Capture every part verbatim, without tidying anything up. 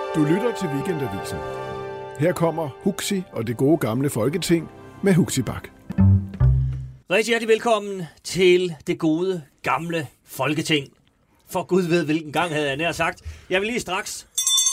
Du lytter til Weekendavisen. Her kommer Huxi og det gode gamle Folketing med Huxi Bach. Rigtig hjertelig velkommen til det gode gamle Folketing. For Gud ved, hvilken gang havde jeg nær sagt. Jeg vil lige straks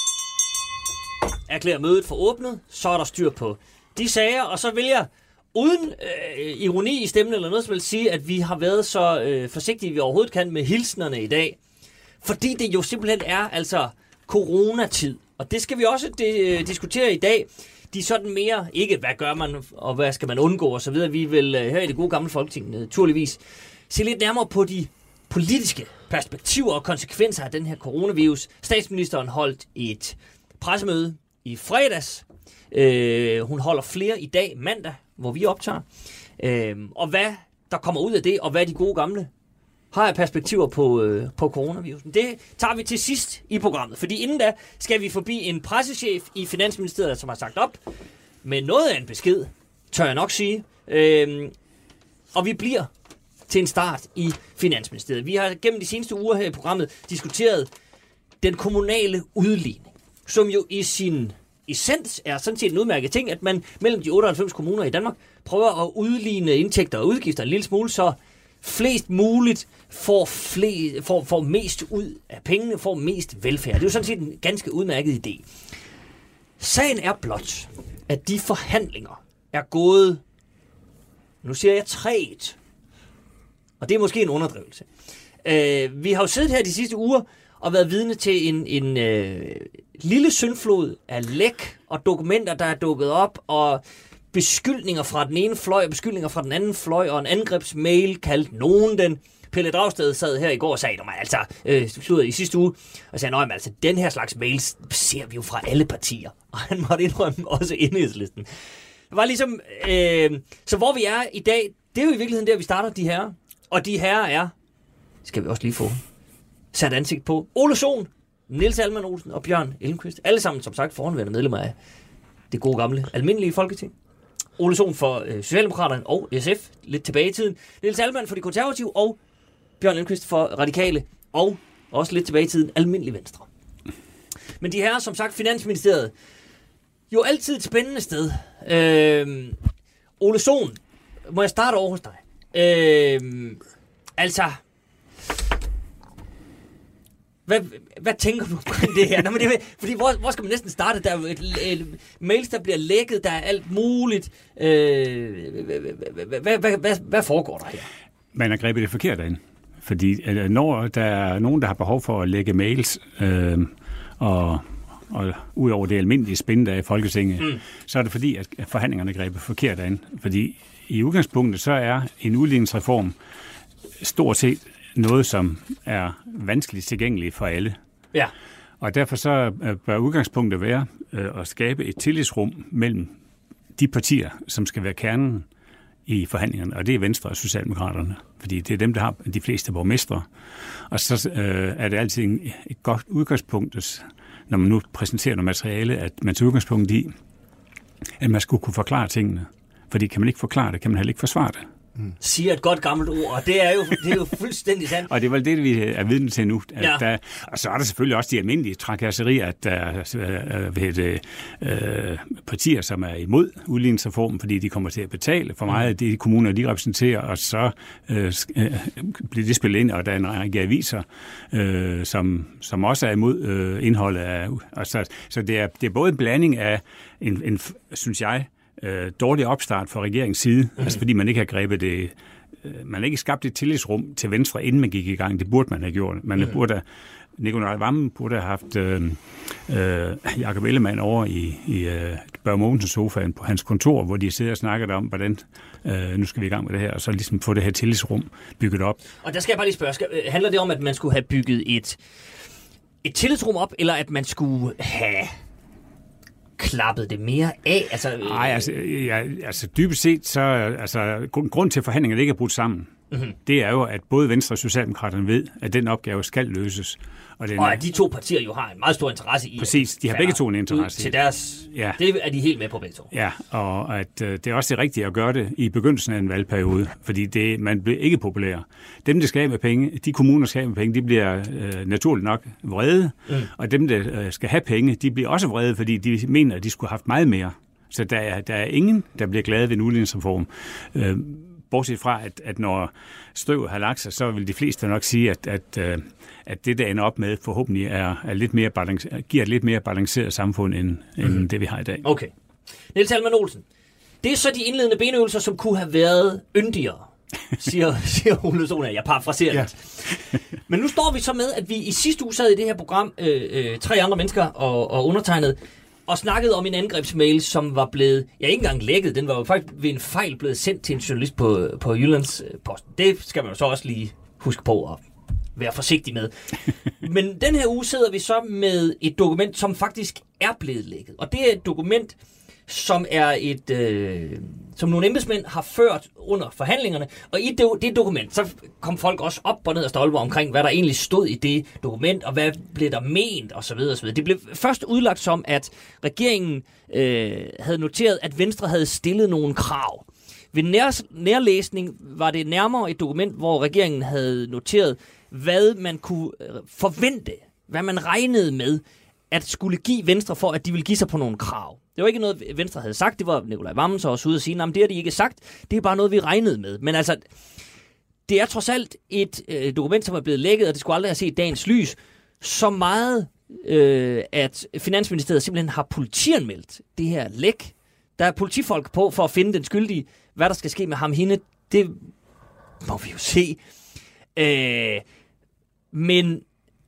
erklære mødet for åbnet, så er der styr på de sager, og så vil jeg uden øh, ironi i stemmen eller noget, så vil sige, at vi har været så øh, forsigtige, vi overhovedet kan med hilsnerne i dag. Fordi det jo simpelthen er altså coronatid. Og det skal vi også de, diskutere i dag. De er sådan mere, ikke hvad gør man, og hvad skal man undgå og så videre. Vi vil her i det gode gamle Folketing naturligvis se lidt nærmere på de politiske perspektiver og konsekvenser af den her coronavirus. Statsministeren holdt et pressemøde i fredags. Øh, hun holder flere i dag, mandag, hvor vi optager. Øh, og hvad der kommer ud af det, og hvad de gode gamle har jeg perspektiver på, øh, på coronavirusen. Det tager vi til sidst i programmet, fordi inden da skal vi forbi en pressechef i Finansministeriet, som har sagt op med noget af en besked, tør jeg nok sige. Øh, og vi bliver til en start i Finansministeriet. Vi har gennem de seneste uger her i programmet diskuteret den kommunale udligning, som jo i sin essens er sådan set en udmærket ting, at man mellem de otteoghalvfems kommuner i Danmark prøver at udligne indtægter og udgifter en lille smule, så flest muligt får, fle, får, får mest ud af pengene, får mest velfærd. Det er jo sådan set en ganske udmærket idé. Sagen er blot, at de forhandlinger er gået, nu siger jeg trægt, og det er måske en underdrivelse. Øh, vi har jo siddet her de sidste uger og været vidne til en, en øh, lille syndflod af læk og dokumenter, der er dukket op, og beskyldninger fra den ene fløj og beskyldninger fra den anden fløj, og en angrebsmail kaldt nogen den. Pelle Dragsted sad her i går og sagde, altså, øh, slutter i sidste uge, og sagde, nej, altså, den her slags mails ser vi jo fra alle partier. Og han måtte indrømme også Enhedslisten. Det var ligesom, øh, så hvor vi er i dag, det er jo i virkeligheden der, vi starter de her. Og de her er, skal vi også lige få sat ansigt på, Ole Sohn, Niels Alman Olsen og Bjørn Elmquist. Alle sammen, som sagt, foranværende medlemmer af det gode gamle almindelige Folketing. Ole Sohn for øh, Socialdemokraterne og S F, lidt tilbage i tiden. Niels Alman for de konservative og Bjørn Elmquist for Radikale og også lidt tilbage i tiden almindelig Venstre. Men de her, som sagt, Finansministeriet, jo altid et spændende sted. Øh, Ole Sohn, må jeg starte over hos dig? Øh, altså, Hvad, hvad tænker du omkring det her? Nå, men det, fordi hvor, hvor skal man næsten starte? Der er et, et, mails, der bliver lækket, der er alt muligt. Øh, hvad, hvad, hvad, hvad, hvad foregår der her? Man har grebet det forkert ind. Fordi når der er nogen, der har behov for at lægge mails, øh, og, og ud over det almindelige spin, der er i Folketinget, mm. så er det fordi, at forhandlingerne grebet forkert ind. Fordi i udgangspunktet, så er en udligningsreform stort set noget, som er vanskeligt tilgængeligt for alle. Ja. Og derfor så bør udgangspunktet være øh, at skabe et tillidsrum mellem de partier, som skal være kernen i forhandlingerne, og det er Venstre og Socialdemokraterne, fordi det er dem, der har de fleste borgmestre. Og så øh, er det altid en, et godt udgangspunkt, når man nu præsenterer noget materiale, at man tager udgangspunkt i, at man skulle kunne forklare tingene. Fordi kan man ikke forklare det, kan man heller ikke forsvare det. Mm. Siger et godt gammelt ord, og det er jo, det er jo fuldstændig sandt. Og det er vel det, vi er vidne til nu. At ja. der, og så er der selvfølgelig også de almindelige trakasserier, at der er øh, det, øh, partier, som er imod udligningsreformen, fordi de kommer til at betale for meget af de kommuner, de repræsenterer, og så øh, øh, bliver det spillet ind, og der er en række aviser, øh, som, som også er imod øh, indholdet af. Og så så det, er, det er både en blanding af, en, en, synes jeg, Øh, dårlig opstart fra regeringens side, mm. altså fordi man ikke har grebet det, øh, man har ikke skabt et tillidsrum til Venstre, inden man gik i gang. Det burde man have gjort. Man mm. burde, Nikolaj Wammen burde have haft øh, øh, Jakob Ellemann over i, i øh, Børge Mogensens sofaen på hans kontor, hvor de sidder og snakker om, hvordan øh, nu skal vi i gang med det her, og så ligesom få det her tillidsrum bygget op. Og der skal jeg bare lige spørge, skal, handler det om, at man skulle have bygget et, et tillidsrum op, eller at man skulle have klappet det mere af? Altså, Nej, altså, ja, altså dybest set, så altså, grund, grund til, at forhandlingerne ikke er brudt sammen, Mm-hmm. Det er jo, at både Venstre og Socialdemokraterne ved, at den opgave skal løses. Og, den og at de to partier jo har en meget stor interesse i. Præcis, de har begge to en interesse i. Til deres, ja. Det er de helt med på begge to. Ja, og at øh, det er også det rigtige at gøre det i begyndelsen af en valgperiode, fordi det, man bliver ikke populær. Dem, der skal have med penge, de kommuner, der skal have med penge, de bliver øh, naturligt nok vrede, mm. og dem, der øh, skal have penge, de bliver også vrede, fordi de mener, at de skulle have haft meget mere. Så der er, der er ingen, der bliver glade ved en udligningsreform. Øh, bortset fra, at, at når støvet har lagt sig, så vil de fleste nok sige, at, at, at det, der ender op med, forhåbentlig er, er lidt mere balance, giver et lidt mere balanceret samfund, end, mm-hmm. end det, vi har i dag. Okay. Niels Halman Olsen, det er så de indledende benøvelser, som kunne have været yndigere, siger, siger Ole Sohn. Jeg parafraserer ja. lidt. Men nu står vi så med, at vi i sidste uge sad i det her program, øh, øh, tre andre mennesker og, og undertegnet, og snakkede om en angrebsmail, som var blevet, ja ikke engang lækket, den var jo faktisk ved en fejl blevet sendt til en journalist på, på Jyllands Posten. Det skal man jo så også lige huske på at være forsigtig med. Men den her uge sidder vi så med et dokument, som faktisk er blevet lækket. Og det er et dokument, som er et, øh, som nogle embedsmænd har ført under forhandlingerne. Og i det, det dokument, så kom folk også op og ned og stolper omkring, hvad der egentlig stod i det dokument, og hvad blev der ment, og så videre, og så videre. Det blev først udlagt som, at regeringen øh, havde noteret, at Venstre havde stillet nogle krav. Ved nær, nærlæsning var det nærmere et dokument, hvor regeringen havde noteret, hvad man kunne forvente, hvad man regnede med, at skulle give Venstre for, at de ville give sig på nogle krav. Det var ikke noget, Venstre havde sagt. Det var Nicolai Wammen så også ude at sige, nej, det har de ikke sagt. Det er bare noget, vi regnede med. Men altså, det er trods alt et øh, dokument, som er blevet lækket, og det skulle aldrig have set dagens lys, så meget, øh, at Finansministeriet simpelthen har politianmeldt det her læk. Der er politifolk på for at finde den skyldige. Hvad der skal ske med ham hende, det må vi jo se. Øh, men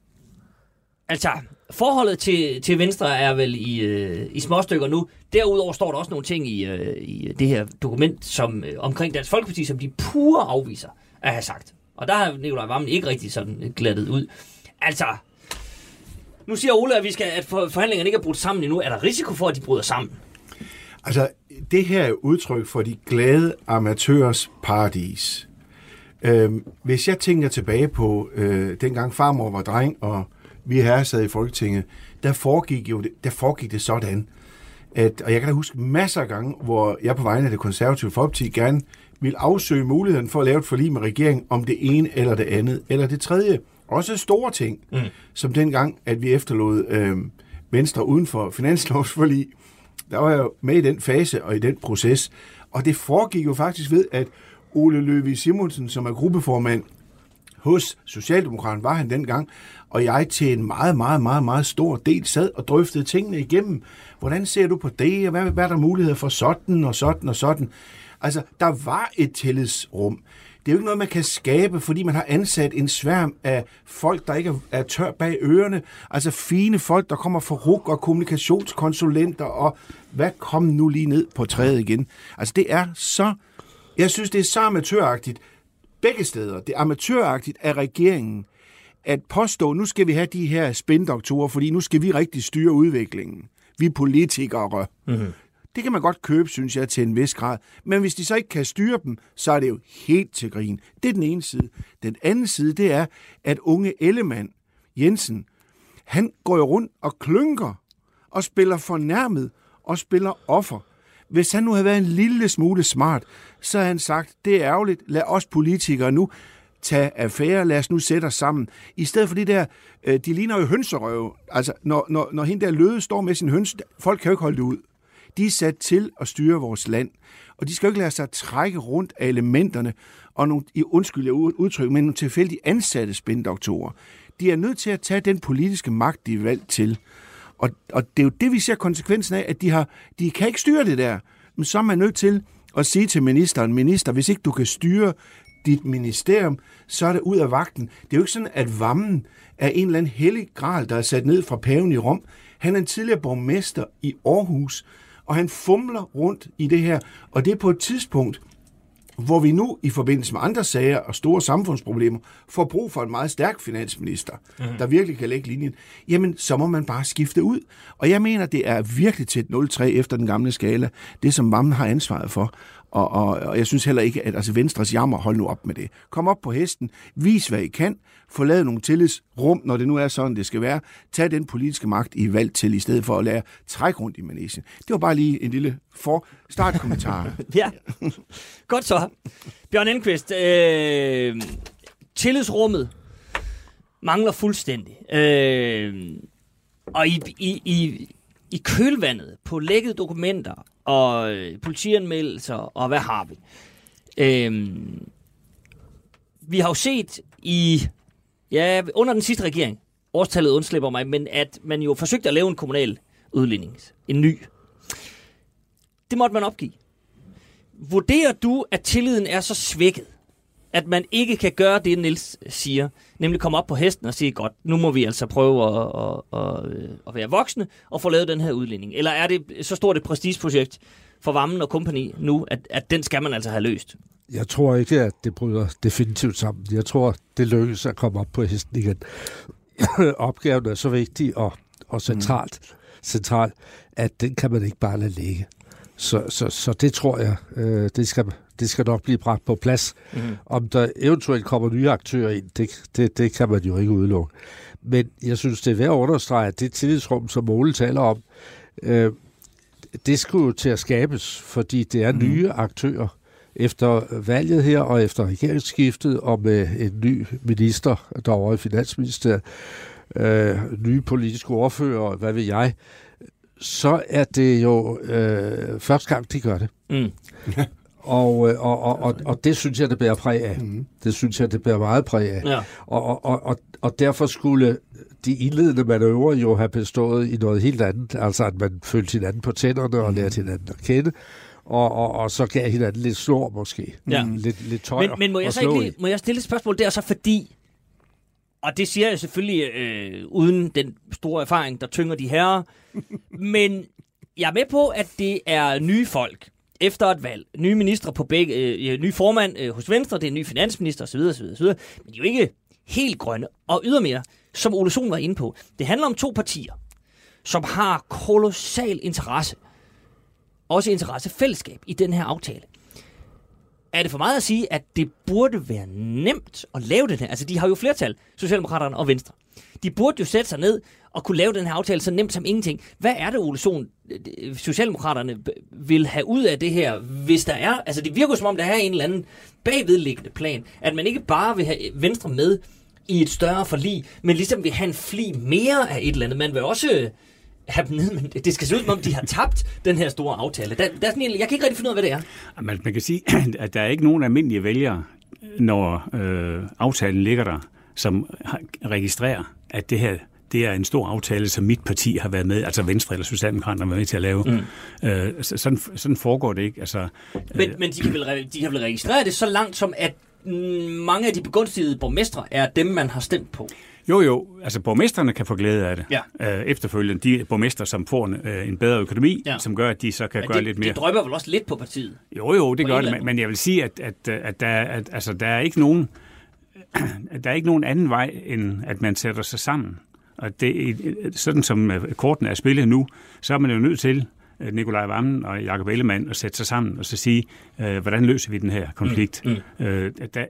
altså, forholdet til, til Venstre er vel i, øh, i småstykker nu. Derudover står der også nogle ting i, øh, i det her dokument som, øh, omkring Dansk Folkeparti, som de pure afviser at have sagt. Og der har Nicolai Wammen ikke rigtig sådan glattet ud. Altså, nu siger Ole, at, vi skal, at forhandlingerne ikke er brudt sammen endnu. Er der risiko for, at de bryder sammen? Altså, det her er udtryk for de glade amatørers paradis. Øhm, hvis jeg tænker tilbage på øh, dengang farmor var dreng, og vi her sad i Folketinget, der foregik, jo det, der foregik det sådan, at, og jeg kan da huske masser af gange, hvor jeg på vegne af det konservative Folkeparti gerne ville afsøge muligheden for at lave et forlig med regeringen om det ene eller det andet, eller det tredje. Også store ting, mm. som dengang, at vi efterlod øh, Venstre uden for finanslovsforlig. Der var jeg jo med i den fase og i den proces, og det foregik jo faktisk ved, at Ole Løvig Simonsen, som er gruppeformand hos Socialdemokraterne, var han dengang, og jeg til en meget, meget, meget, meget stor del sad og drøftede tingene igennem. Hvordan ser du på det, og hvad, hvad er der muligheder for sådan og sådan og sådan? Altså, der var et tillidsrum. Det er jo ikke noget, man kan skabe, fordi man har ansat en sværm af folk, der ikke er tør bag ørerne. Altså fine folk, der kommer fra R U K og kommunikationskonsulenter, og hvad kom nu lige ned på træet igen? Altså, det er så... Jeg synes, det er så amatøragtigt. Begge steder. Det er amatøragtigt af regeringen at påstå, nu skal vi have de her spindoktorer, fordi nu skal vi rigtig styre udviklingen. Vi er politikere. Mm-hmm. Det kan man godt købe, synes jeg, til en vis grad. Men hvis de så ikke kan styre dem, så er det jo helt til grin. Det er den ene side. Den anden side, det er, at unge Ellemann Jensen, han går jo rundt og klynker og spiller fornærmet og spiller offer. Hvis han nu havde været en lille smule smart, så havde han sagt, det er ærgerligt, lad os politikere nu tage affære, lad os nu sætte os sammen. I stedet for det der, de ligner jo hønserøve. Altså, når, når, når hende der Løde står med sin høns, folk kan jo ikke holde det ud. De er sat til at styre vores land, og de skal jo ikke lade sig trække rundt af elementerne, og nogle, i undskyld jeg udtryk, men nogle tilfældige ansatte spindoktorer. De er nødt til at tage den politiske magt, de er valgt til. Og, og det er jo det, vi ser konsekvensen af, at de, har, de kan ikke styre det der. Men så er man nødt til at sige til ministeren, minister, hvis ikke du kan styre dit ministerium, så er det ud af vagten. Det er jo ikke sådan, at Wammen er en eller anden hellig gral, der er sat ned fra paven i Rom. Han er en tidligere borgmester i Aarhus, og han fumler rundt i det her. Og det er på et tidspunkt, hvor vi nu i forbindelse med andre sager og store samfundsproblemer får brug for en meget stærk finansminister, mm-hmm. der virkelig kan lægge linjen, jamen så må man bare skifte ud. Og jeg mener, det er virkelig til et nul tre efter den gamle skala, det som Wammen har ansvaret for. Og, og, og jeg synes heller ikke, at altså, Venstres jammer, hold nu op med det. Kom op på hesten, vis hvad I kan, få lavet nogle tillidsrum, når det nu er sådan, det skal være. Tag den politiske magt, I er valgt til, i stedet for at lade trække rundt i manegen. Det var bare lige en lille for startkommentar. Ja, godt så. Bjørn Enquist, øh, tillidsrummet mangler fuldstændig. Øh, og i, i, i, i kølvandet på lækkede dokumenter og politianmeldelser, og hvad har vi? Øh, vi har jo set i, ja, under den sidste regering, årstallet undslipper mig, men at man jo forsøgte at lave en kommunal udligning, en ny. Det måtte man opgive. Vurderer du, at tilliden er så svækket, at man ikke kan gøre det, Niels siger, nemlig komme op på hesten og sige, godt, nu må vi altså prøve at, at, at, at være voksne og få lavet den her udligning? Eller er det så stort et prestigeprojekt for Vammen og kompagni nu, at, at den skal man altså have løst? Jeg tror ikke, at det bryder definitivt sammen. Jeg tror, det lykkes at komme op på hesten igen. Opgaven er så vigtig og, og centralt, mm. centralt, at den kan man ikke bare lade ligge. Så, så, så det tror jeg, øh, det, skal, det skal nok blive bragt på plads. Mm-hmm. Om der eventuelt kommer nye aktører ind, det, det, det kan man jo ikke udelukke. Men jeg synes, det er værd at understrege, at det tillidsrum, som Ole taler om, øh, det skulle jo til at skabes, fordi det er mm-hmm. nye aktører. Efter valget her, og efter regeringsskiftet, og med en ny minister derovre i Finansministeriet, øh, nye politiske ordfører, hvad ved jeg, så er det jo øh, første gang, de gør det. Mm. og, og, og, og, og det synes jeg, det bærer præg af. Mm. Det synes jeg, det bærer meget præg af. Ja. Og, og, og, og derfor skulle de indledende manøvrer jo have bestået i noget helt andet. Altså, at man følte hinanden på tænderne og lærte hinanden at kende. Og, og, og så gav hinanden lidt snor måske. Ja. Lidt, lidt tøj. Men, men må, jeg så ikke, må jeg stille et spørgsmål der så, fordi, og det siger jeg selvfølgelig øh, uden den store erfaring, der tynger de herrer, men jeg er med på, at det er nye folk efter et valg. Nye ministre på begge, øh, ny formand øh, hos Venstre, det er en ny finansminister osv. osv., osv. Men de er jo ikke helt grønne. Og ydermere, som Ole Sohn var inde på, det handler om to partier, som har kolossal interesse, også interessefællesskab i den her aftale. Er det for meget at sige, at det burde være nemt at lave den her? Altså, de har jo flertal, Socialdemokraterne og Venstre. De burde jo sætte sig ned og kunne lave den her aftale så nemt som ingenting. Hvad er det, Ole Sohn, Socialdemokraterne vil have ud af det her, hvis der er... Altså, det virker som om, der er en eller anden bagvedliggende plan, at man ikke bare vil have Venstre med i et større forlig, men ligesom vil have en fli mere af et eller andet. Man vil også have dem ned, men det skal se ud, som om de har tabt den her store aftale. Der, der er sådan en, jeg kan ikke rigtig finde ud af, hvad det er. Man, man kan sige, at der er ikke nogen almindelige vælgere, når øh, aftalen ligger der, som registrerer, at det her det er en stor aftale, som mit parti har været med, altså Venstre eller Socialdemokraterne har været med til at lave. Mm. Øh, sådan, sådan foregår det ikke. Altså, men øh, men de, kan vel, de har vel registreret det så langt, som at mm, mange af de begunstigede borgmestre er dem, man har stemt på? Jo, jo. Altså, borgmesterne kan få glæde af det. Ja. Øh, efterfølgende, de borgmestre, som får en, øh, en bedre økonomi, ja. Som gør, at de så kan ja, gøre det, lidt mere. Det drøber vel også lidt på partiet? Jo, jo, det gør det. Men, men jeg vil sige, at, at, at, der, at altså, der er ikke nogen, at der er ikke nogen anden vej, end at man sætter sig sammen. Og det, sådan som kortene er spillet nu, så er man jo nødt til, Nikolaj Wammen og Jakob Ellemann, at sætte sig sammen og så sige, øh, hvordan løser vi den her konflikt? Mm, mm. Øh, der,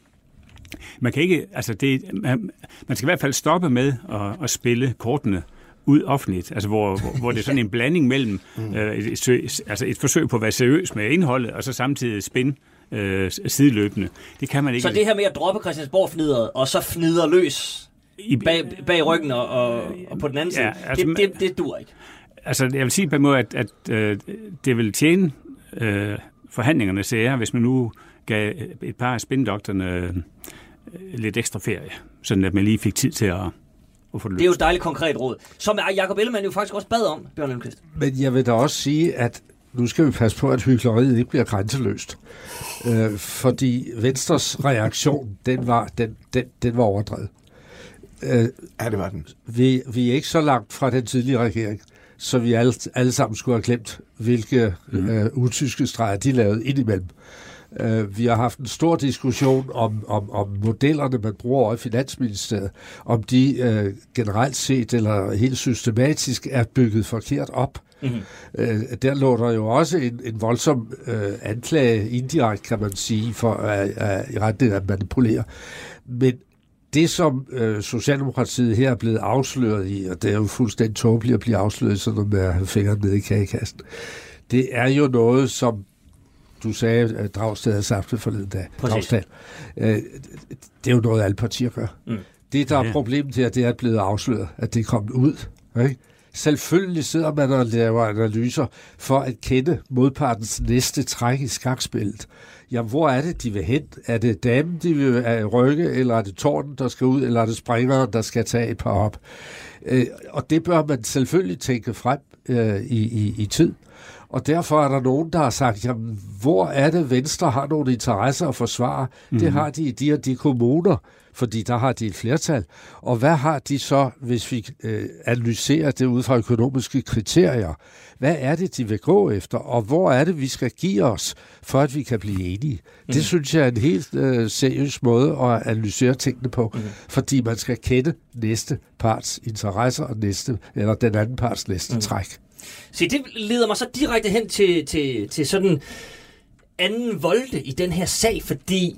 man kan ikke, altså det, man, man skal i hvert fald stoppe med at, at spille kortene ud offentligt, altså hvor, hvor, hvor det er sådan en blanding mellem mm. øh, et, et, altså et forsøg på at være seriøs med indholdet, og så samtidig spin øh, sideløbende. Det kan man ikke. Så det her med at droppe Christiansborg-fnideret, og så fnider løs i bag, bag ryggen og, og, og på den anden side, ja, altså, det, det, det dur ikke. Altså, jeg vil sige på en måde, at, at øh, det vil tjene øh, forhandlingerne, ser jeg, hvis man nu gav et par af spindoktorerne øh, lidt ekstra ferie, sådan at man lige fik tid til at, at få det løst. Det er jo et dejligt konkret råd, som Jakob Ellemann jo faktisk også bad om, Bjørn Lundqvist. Men jeg vil da også sige, at nu skal vi passe på, at hykleriet ikke bliver grænseløst. Øh, fordi Venstres reaktion, den var, den, den, den var overdrevet. Øh, ja, det var den. Vi, vi er ikke så langt fra den tidlige regering, så vi alle, alle sammen skulle have glemt, hvilke mm. øh, utyske streger de lavede indimellem. Uh, vi har haft en stor diskussion om, om, om modellerne, man bruger over i Finansministeriet, om de uh, generelt set eller helt systematisk er bygget forkert op. Mm-hmm. Øh, der lå der jo også en, en voldsom øh, anklage, indirekte kan man sige, for at, at, i retning at manipulere. Men det, som øh, Socialdemokratiet her er blevet afsløret i, og det er jo fuldstændig tåbeligt at blive afsløret, sådan noget med at have fingeren nede i kagekassen, det er jo noget, som du sagde, at Dragsted havde sagt det forleden dag. Øh, det er jo noget, alle partier gør. Mm. Det, der er problemet her, det er blevet afsløret, at det er kommet ud. Ikke? Selvfølgelig sidder man og laver analyser for at kende modpartens næste træk i skakspillet. Jamen, hvor er det, de vil hen? Er det damen, de vil rykke, eller er det tårnen, der skal ud, eller er det springeren, der skal tage et par op? Øh, og det bør man selvfølgelig tænke frem øh, i, i, i tid. Og derfor er der nogen, der har sagt, jamen, hvor er det, Venstre har nogle interesser at forsvare? Mm-hmm. Det har de i de og de kommuner, fordi der har de et flertal. Og hvad har de så, hvis vi øh, analyserer det ud fra økonomiske kriterier? Hvad er det, de vil gå efter? Og hvor er det, vi skal give os, for at vi kan blive enige? Mm. Det synes jeg er en helt øh, seriøs måde at analysere tingene på, mm. fordi man skal kende næste parts interesser og næste, eller den anden parts næste mm. træk. Så det leder mig så direkte hen til, til, til sådan anden volde i den her sag, fordi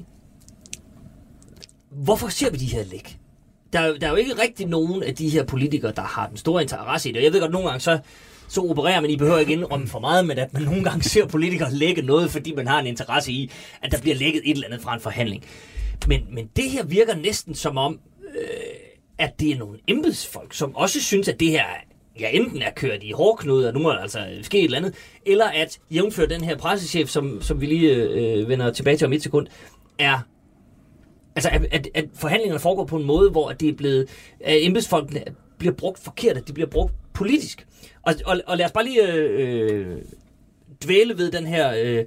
hvorfor ser vi de her læk? Der, er, der er jo ikke rigtig nogen af de her politikere, der har den store interesse i det. Jeg ved godt, nogle gange så, så opererer man, I behøver ikke indrømme for meget, men at man nogle gange ser politikere lægge noget, fordi man har en interesse i, at der bliver lækket et eller andet fra en forhandling. Men, men det her virker næsten som om, øh, at det er nogle embedsfolk, som også synes, at det her ja, enten er kørt i hårdknude, og nu må der altså ske et eller andet, eller at jævnfør den her pressechef, som, som vi lige øh, vender tilbage til om et sekund, er altså at, at, at forhandlingerne foregår på en måde, hvor det er blevet, at embedsfolkene bliver brugt forkert, at de bliver brugt politisk. Og, og, og lad os bare lige øh, dvæle ved den her øh,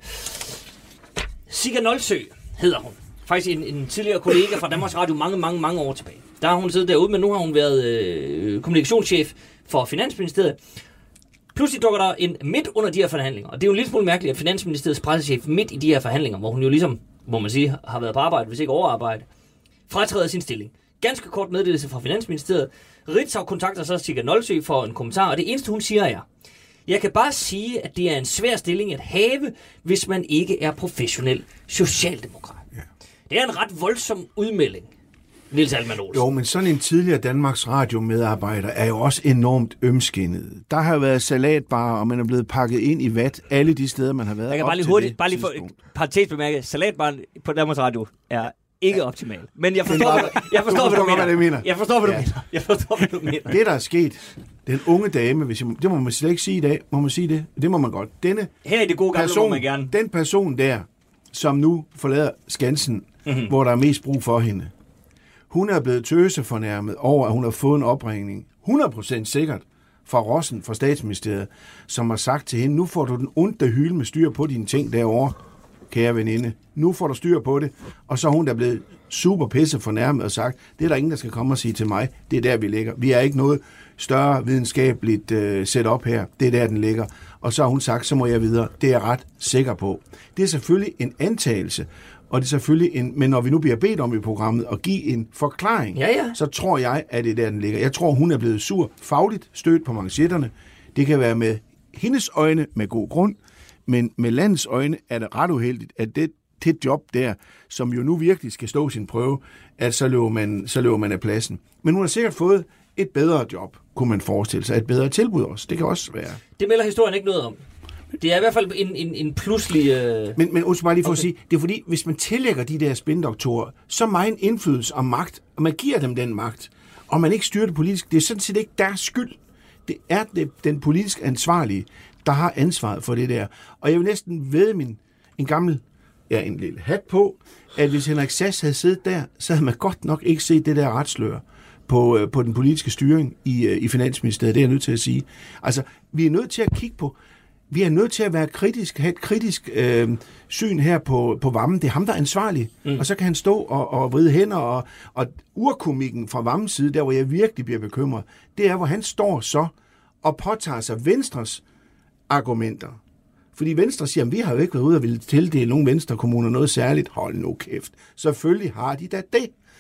Sigga Nolsø, hedder hun. Faktisk en, en tidligere kollega fra Danmarks Radio mange, mange, mange år tilbage. Der har hun siddet derude, men nu har hun været øh, kommunikationschef for Finansministeriet. Pludselig dukker der en midt under de her forhandlinger, og det er jo en lille smule mærkeligt, at Finansministeriets pressechef midt i de her forhandlinger, hvor hun jo ligesom, må man sige, har været på arbejde, hvis ikke overarbejde, fratræder sin stilling. Ganske kort meddelelse fra Finansministeriet. Ritzau kontakter så Sigga Nolsø for en kommentar, og det eneste hun siger er, jeg kan bare sige, at det er en svær stilling at have, hvis man ikke er professionel socialdemokrat. Ja. Det er en ret voldsom udmelding. Niels Alman Olsen. Jo, men sådan en tidligere Danmarks Radio-medarbejder er jo også enormt ømskinnet. Der har været salatbarer, og man er blevet pakket ind i vat alle de steder, man har været. Jeg kan bare lige hurtigt, bare lige for parentes bemærke, salatbaren på Danmarks Radio er ikke optimal. Men jeg forstår, hvad, jeg forstår, hvad du mener. mener. Jeg forstår, hvad du mener. Jeg forstår, hvad du mener. Det, der er sket, den unge dame, hvis jeg, det må man slet ikke sige i dag, må man sige det? Det må man godt. Denne Her i det gode gamle person, må man gerne. Den person der, som nu forlader Skansen, mm-hmm. hvor der er mest brug for hende, hun er blevet tøsefornærmet over, at hun har fået en opringning, hundrede procent sikkert, fra Rossen, fra Statsministeriet, som har sagt til hende, nu får du den onde hylde med styr på dine ting derovre, kære veninde. Nu får du styr på det. Og så er hun der blevet super pisse fornærmet og sagt, det er der ingen, der skal komme og sige til mig. Det er der, vi ligger. Vi er ikke noget større videnskabeligt uh, setup her. Det er der, den ligger. Og så har hun sagt, så må jeg videre. Det er jeg ret sikker på. Det er selvfølgelig en antagelse. Og det er selvfølgelig en, men når vi nu bliver bedt om i programmet at give en forklaring, ja, ja. så tror jeg, at det er der, den ligger. Jeg tror, hun er blevet sur, fagligt stødt på manchetterne. Det kan være med hendes øjne med god grund, men med landets øjne er det ret uheldigt, at det, det job der, som jo nu virkelig skal stå sin prøve, at så løber man, så løber man af pladsen. Men hun har sikkert fået et bedre job, kunne man forestille sig. Et bedre tilbud også. Det kan også være. Det melder historien ikke noget om. Det er i hvert fald en, en, en pludselig... Øh... Men, men også bare lige for okay. at sige, det er fordi, hvis man tillægger de der spindoktorer så meget indflydelse og magt, og man giver dem den magt, og man ikke styrer det politisk, det er sådan set ikke deres skyld. Det er det, den politisk ansvarlige, der har ansvaret for det der. Og jeg vil næsten vædde min en gammel, ja, en lille hat på, at hvis Henrik Sass havde siddet der, så havde man godt nok ikke set det der retslør på, på den politiske styring i, i Finansministeriet. Det er jeg nødt til at sige. Altså, vi er nødt til at kigge på, vi er nødt til at være kritisk, have et kritisk øh, syn her på, på Vammen. Det er ham, der er ansvarlig. Mm. Og så kan han stå og, og vride hænder, og, og urkomikken fra Vammens side, der hvor jeg virkelig bliver bekymret, det er, hvor han står så og påtager sig Venstres argumenter. Fordi Venstre siger, at vi har jo ikke været ude og ville tildele nogle Venstrekommuner noget særligt. Hold nu kæft. Selvfølgelig har de da det.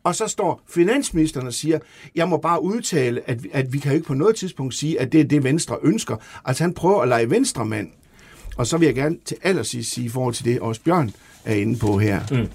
Og så står finansministeren og siger, jeg må bare udtale, at, at vi kan jo ikke på noget tidspunkt sige, at det er det, Venstre ønsker. Altså han prøver at lege venstremand. Og så vil jeg gerne til allersidst sige i forhold til det, også Bjørn er inde på her, mm.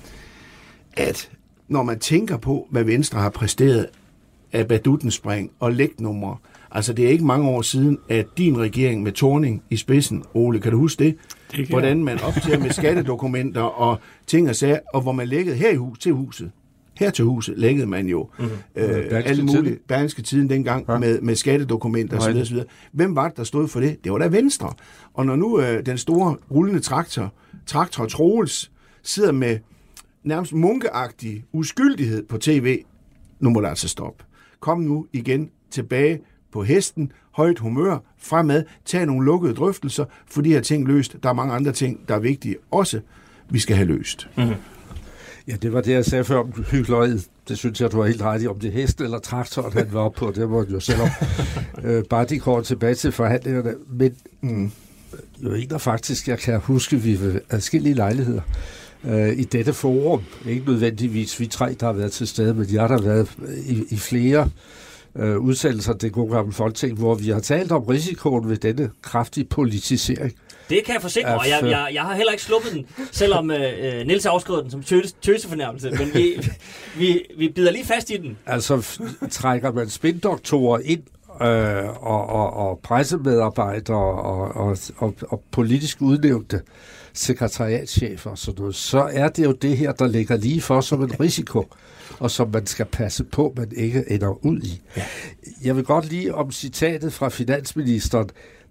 at når man tænker på, hvad Venstre har præsteret af baduttenspring og lægnumre, altså det er ikke mange år siden, at din regering med Thorning i spidsen, Ole, kan du huske det? det Hvordan man optager med skattedokumenter og ting og sager, og hvor man læggede her i hus, til huset. Her til huset læggede man jo mm. øh, alle mulige Berlingske Tiden dengang ja. med, med skattedokumenter osv. osv. Hvem var det, der stod for det? Det var da Venstre. Og når nu øh, den store rullende traktor, traktor Troels, sidder med nærmest munkeagtig uskyldighed på tv, nu må der altså stoppe. Kom nu igen tilbage på hesten, højt humør, fremad, tag nogle lukkede drøftelser, for de her ting løst. Der er mange andre ting, der er vigtige også, vi skal have løst. Mm-hmm. Ja, det var det, jeg sagde før om hykleriet. Det synes jeg, du var helt ret i, om det hest eller traktoren, han var oppe på. Det var jo selvom øh, bare de går tilbage til forhandlingerne. Men mm, jo en af faktisk, jeg kan huske, vi ved adskillige lejligheder øh, i dette forum. Ikke nødvendigvis vi tre, der har været til stede, men jeg der har været i, i flere øh, udsendelser, det gode gamle Folketing, hvor vi har talt om risikoen ved denne kraftige politisering. Det kan jeg forsikre, og jeg, jeg, jeg har heller ikke sluppet den, selvom øh, Niels afskrev den som tøse, tøsefornærmelse, men vi, vi, vi bider lige fast i den. Altså trækker man spindoktorer ind, øh, og, og, og pressemedarbejdere og, og, og, og politisk udnævnte sekretariatschefer og sådan noget, så er det jo det her, der ligger lige for som en risiko, og som man skal passe på, man ikke ender ud i. Ja. Jeg vil godt lige om citatet fra finansministeren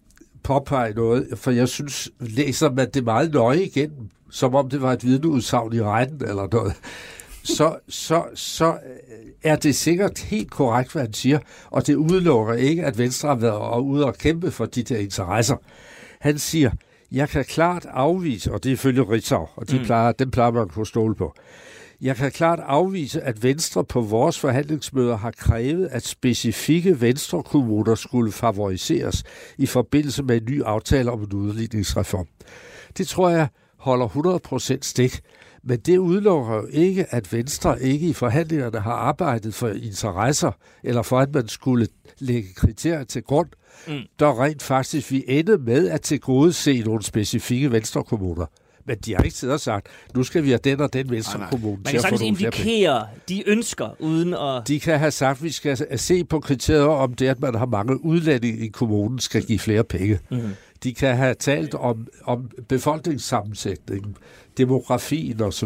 påpege noget, for jeg synes, læser man det meget nøje igen, som om det var et vidneudsagn i retten eller noget, så, så, så er det sikkert helt korrekt, hvad han siger, og det udelukker ikke, at Venstre har været ude og kæmpe for de der interesser. Han siger, jeg kan klart afvise, og det er ifølge Ritzau, og de plejer, den plejer man på stole på, jeg kan klart afvise, at Venstre på vores forhandlingsmøder har krævet, at specifikke Venstre-kommuner skulle favoriseres i forbindelse med en ny aftale om en udligningsreform. Det tror jeg holder hundrede procent stik, men det udelukker jo ikke, at Venstre ikke i forhandlingerne har arbejdet for interesser, eller for at man skulle lægge kriterier til grund, mm. der rent faktisk vi ende med at tilgodese nogle specifikke Venstre-kommuner. Men de har ikke siddet og sagt, nu skal vi have den og den Venstre-kommune til at få nogle flere penge. Man kan sagtens indikere de ønsker, uden at... De kan have sagt, at vi skal se på kriterier om det, at man har mange udlændinge i kommunen, skal give flere penge. Mm. De kan have talt om, om befolkningssammensætningen, demografien osv.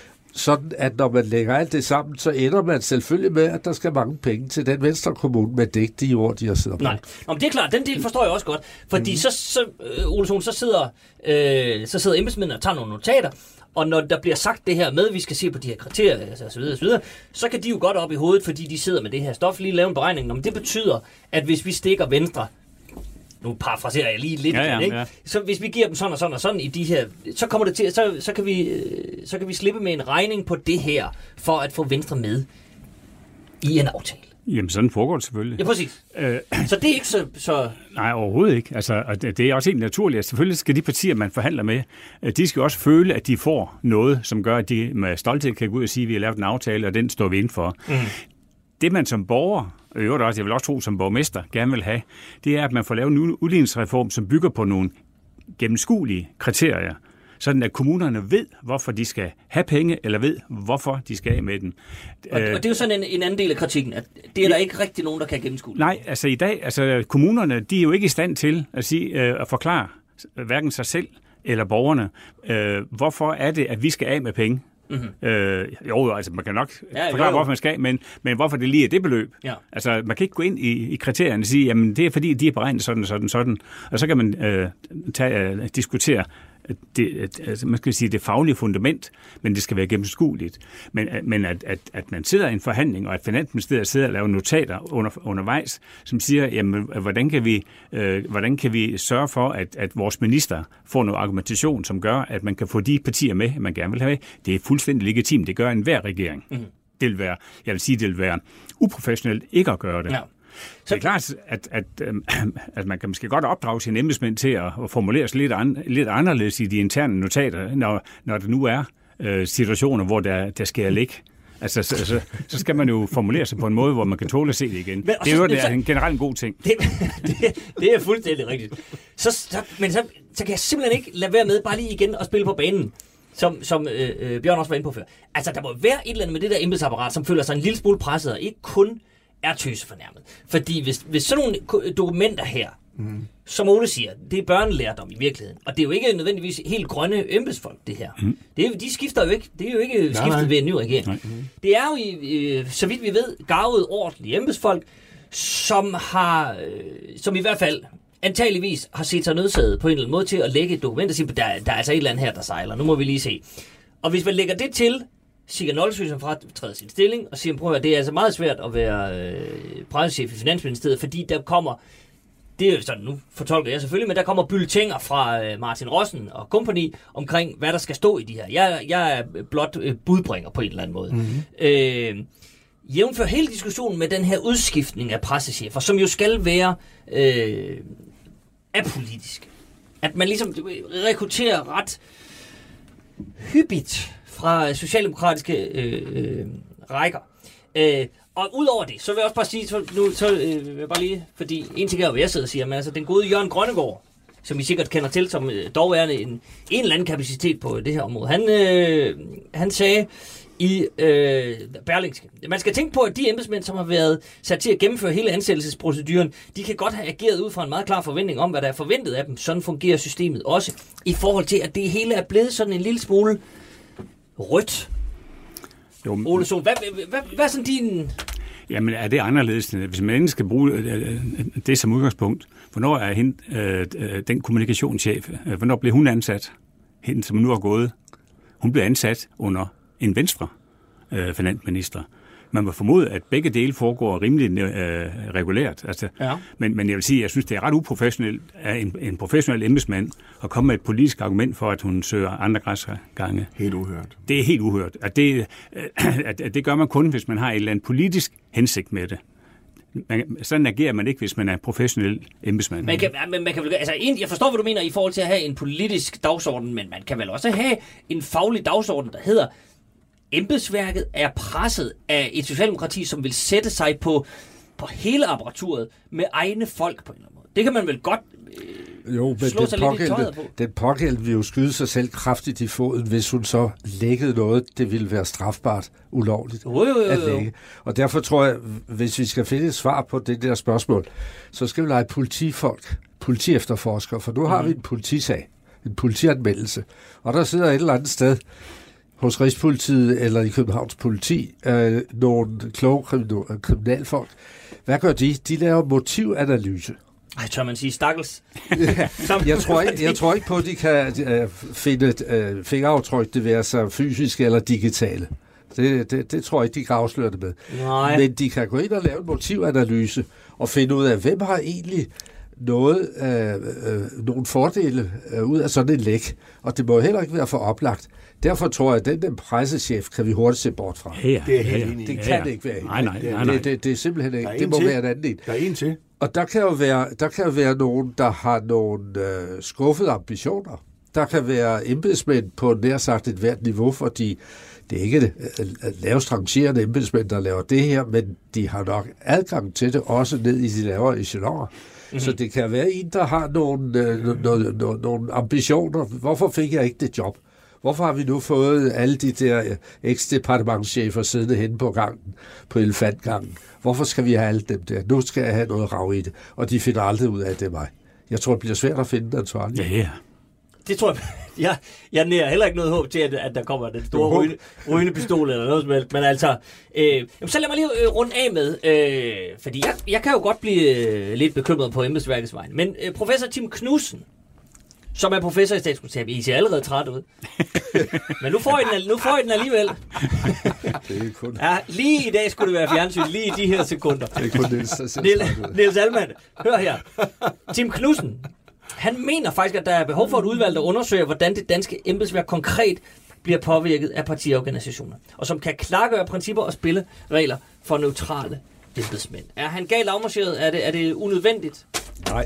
Sådan at når man lægger alt det sammen, så ender man selvfølgelig med, at der skal mange penge til den Venstre-kommune, men det er ikke de ord, de har siddet på. Nej, Nå, men det er klart, den del forstår jeg også godt. Fordi mm. så, så, Ole Sohn, så sidder, øh, så sidder embedsmændene og tager nogle notater, og når der bliver sagt det her med, at vi skal se på de her kriterier, altså, og så videre, og så videre, så kan de jo godt op i hovedet, fordi de sidder med det her stof, lige lave en beregning. Nå, men det betyder, at hvis vi stikker Venstre, nu parafraserer jeg lige lidt, ja, ja, ikke? Ja. Så hvis vi giver dem sådan og sådan og sådan i de her, så kommer det til, så, så kan vi så kan vi slippe med en regning på det her for at få Venstre med i en aftale. Jamen sådan foregår det selvfølgelig. Ja, præcis. Øh, så det er ikke så, så... Nej, overhovedet ikke. Altså, og det er også helt naturligt, at selvfølgelig skal de partier, man forhandler med, de skal også føle, at de får noget, som gør, at de med stolthed kan gå ud og sige, at vi har lavet en aftale, og den står vi inden for. Mm. Det man som borger, og øvrigt også, jeg vil også tro som borgmester, gerne vil have, det er, at man får lavet en udligningsreform, som bygger på nogle gennemskuelige kriterier, sådan at kommunerne ved, hvorfor de skal have penge, eller ved, hvorfor de skal af med dem. Og, og det er jo sådan en, en anden del af kritikken, at det er der ja, ikke rigtig nogen, der kan gennemskue. Nej, altså i dag, altså kommunerne, de er jo ikke i stand til at, sige, øh, at forklare hverken sig selv eller borgerne, øh, hvorfor er det, at vi skal af med penge. Mm-hmm. Øh, jo, altså man kan nok ja, forklare, jo, jo. hvorfor man skal, men, men hvorfor det lige er det beløb. Ja. Altså man kan ikke gå ind i, i kriterierne og sige, jamen det er fordi, de er beregnet sådan, sådan, sådan, og så kan man øh, tage, øh, diskutere det, altså, man skal sige det faglige fundament, men det skal være gennemskueligt. Men, men at, at, at man sidder i en forhandling, og at Finansministeriet sidder og laver notater under, undervejs, som siger, jamen, hvordan kan vi, øh, hvordan kan vi sørge for, at, at vores minister får noget argumentation, som gør, at man kan få de partier med, man gerne vil have med. Det er fuldstændig legitimt. Det gør enhver regering. Mm-hmm. Det vil være, jeg vil sige, det vil være uprofessionelt ikke at gøre det. Ja. Så det er klart, at, at, at, at man kan måske godt opdrage sine embedsmænd til at formulere sig lidt, an, lidt anderledes i de interne notater, når, når der nu er øh, situationer, hvor der, der skal ligge Altså, så, så, så skal man jo formulere sig på en måde, hvor man kan tåle at se det igen. Men, det er så, jo det så, er en generelt en god ting. Det, det, det er fuldstændig rigtigt. Så, så, men så, så kan jeg simpelthen ikke lade være med bare lige igen at spille på banen, som, som øh, øh, Bjørn også var inde på før. Altså, der må være et eller andet med det der embedsapparat, som føler sig en lille smule presset, og ikke kun er tøsefornærmet. Fordi hvis, hvis sådan nogle dokumenter her, mm. som Ole siger, det er børnelærdom i virkeligheden. Og det er jo ikke nødvendigvis helt grønne embedsfolk, det her. Mm. Det er, de skifter jo ikke. Det er jo ikke nej, skiftet nej. ved en ny regering. Mm. Det er jo, øh, så vidt vi ved, garvede ordentlige embedsfolk, som har, øh, som i hvert fald antageligvis har set sig nødsaget på en eller anden måde til at lægge et dokument og sige, der, der er altså et eller andet her, der sejler. Nu må vi lige se. Og hvis man lægger det til, Sigurd Nolsøe fra træder sin stilling og siger, prøv at det er altså meget svært at være øh, pressechef i Finansministeriet, fordi der kommer, det er jo sådan, nu fortolker jeg selvfølgelig, men der kommer bulletiner fra øh, Martin Rossen og kompagni omkring, hvad der skal stå i de her. Jeg, jeg er blot øh, budbringer på en eller anden måde. Mm-hmm. Øh, jævnfør hele diskussionen med den her udskiftning af pressechefer, som jo skal være øh, apolitisk. At man ligesom rekrutterer ret hyppigt fra socialdemokratiske øh, øh, rækker. Øh, og udover det, så vil jeg også bare sige, så, nu, så øh, vil jeg bare lige, fordi en ting er jo, hvad jeg sidder og siger, men altså den gode Jørgen Grønnegård, som I sikkert kender til, som øh, dog er en, en eller anden kapacitet på det her område, han, øh, han sagde i øh, Berlingske, man skal tænke på, at de embedsmænd, som har været sat til at gennemføre hele ansættelsesproceduren, de kan godt have ageret ud fra en meget klar forventning om, hvad der er forventet af dem. Sådan fungerer systemet også, i forhold til, at det hele er blevet sådan en lille smule rødt. Jo, Ole Sohn, hvad, hvad, hvad, hvad er sådan din... Jamen, er det anderledes? Hvis man endelig skal bruge det som udgangspunkt, hvornår er hende, øh, den kommunikationschef, hvornår blev hun ansat? Hende, som nu er gået. Hun blev ansat under en venstre øh, finansminister. Man må formode, at begge dele foregår rimelig øh, regulært. Altså, ja. men, men jeg vil sige, at jeg synes, det er ret uprofessionelt af en, en professionel embedsmand at komme med et politisk argument for, at hun søger andre græsgange. Helt uhørt. Det er helt uhørt. At det, at, at det gør man kun, hvis man har et eller andet politisk hensigt med det. Man, sådan agerer man ikke, hvis man er professionel embedsmand. Man kan, man, man kan vel, altså, jeg forstår, hvad du mener i forhold til at have en politisk dagsorden, men man kan vel også have en faglig dagsorden, der hedder, embedsværket er presset af et socialdemokrati, som vil sætte sig på, på hele apparaturet med egne folk på en eller anden måde. Det kan man vel godt øh, jo, men slå sig lidt i tøjet på. Den pågældende vil jo skyde sig selv kraftigt i foden, hvis hun så lækkede noget, det ville være strafbart ulovligt jo, jo, jo, jo. at lægge. Og derfor tror jeg, hvis vi skal finde et svar på det der spørgsmål, så skal vi lege politifolk, politiefterforskere, for nu har mm. vi en politisag, en politianmeldelse, og der sidder et eller andet sted hos Rigspolitiet eller i Københavns politi, øh, nogle kloge kriminalfolk. Hvad gør de? De laver motivanalyse. Ej, tør man sige stakkels? jeg, tror ikke, jeg tror ikke på, at de kan øh, finde øh, fingeraftryk, det være så fysiske eller digitale. Det, det, det tror jeg ikke, de kan afsløre det med. Nej. Men de kan gå ind og lave en motivanalyse og finde ud af, hvem har egentlig noget, øh, øh, nogle fordele øh, ud af sådan en læk. Og det må heller ikke være for oplagt. Derfor tror jeg, at den, den pressechef kan vi hurtigt se bort fra. Ja, ja, det er helt ja, ja. enig. Det kan ja, ja. det ikke være. Nej, nej, nej, nej. Det, det, det er simpelthen ikke. Det må til. være en anden en. Der er en til. Og der kan jo være, der kan jo være nogen, der har nogle øh, skuffede ambitioner. Der kan være embedsmænd på nær sagt et hvert niveau, fordi det er ikke øh, lavest rangerende embedsmænd, der laver det her, men de har nok adgang til det, også ned i de lavere echeloner. Mm-hmm. Så det kan være en, der har nogle, øh, no, no, nogle ambitioner. Hvorfor fik jeg ikke det job? Hvorfor har vi nu fået alle de der eks-departementschefer siddende henne på gangen, på elefantgangen? Hvorfor skal vi have alle dem der? Nu skal jeg have noget rav i det, og de finder aldrig ud af, at det er mig. Jeg tror, det bliver svært at finde den ansvarlige. Ja, ja. Det tror jeg, jeg, jeg nærer heller ikke noget håb til, at, at der kommer den store rygende, rygende pistol eller noget som helst. Men altså, øh, jamen, så lad mig lige øh, runde af med, øh, fordi jeg, jeg kan jo godt blive øh, lidt bekymret på embedsværkets vegne. Men øh, professor Tim Knudsen, som er professor i statskundskab, I ser allerede træt ud. Men nu får I den, nu får I den alligevel. Det er kun... Ja, lige i dag skulle det være fjernsyn, lige i de her sekunder. Det er kun Niels, der ser Niels, Niels Alman, hør her. Tim Knudsen, han mener faktisk, at der er behov for et udvalg, der undersøger, hvordan det danske embedsværk konkret bliver påvirket af partiorganisationer, og som kan klargøre principper og spilleregler for neutrale embedsmænd. Er han galt afmarcheret? Er det, er det unødvendigt? Nej.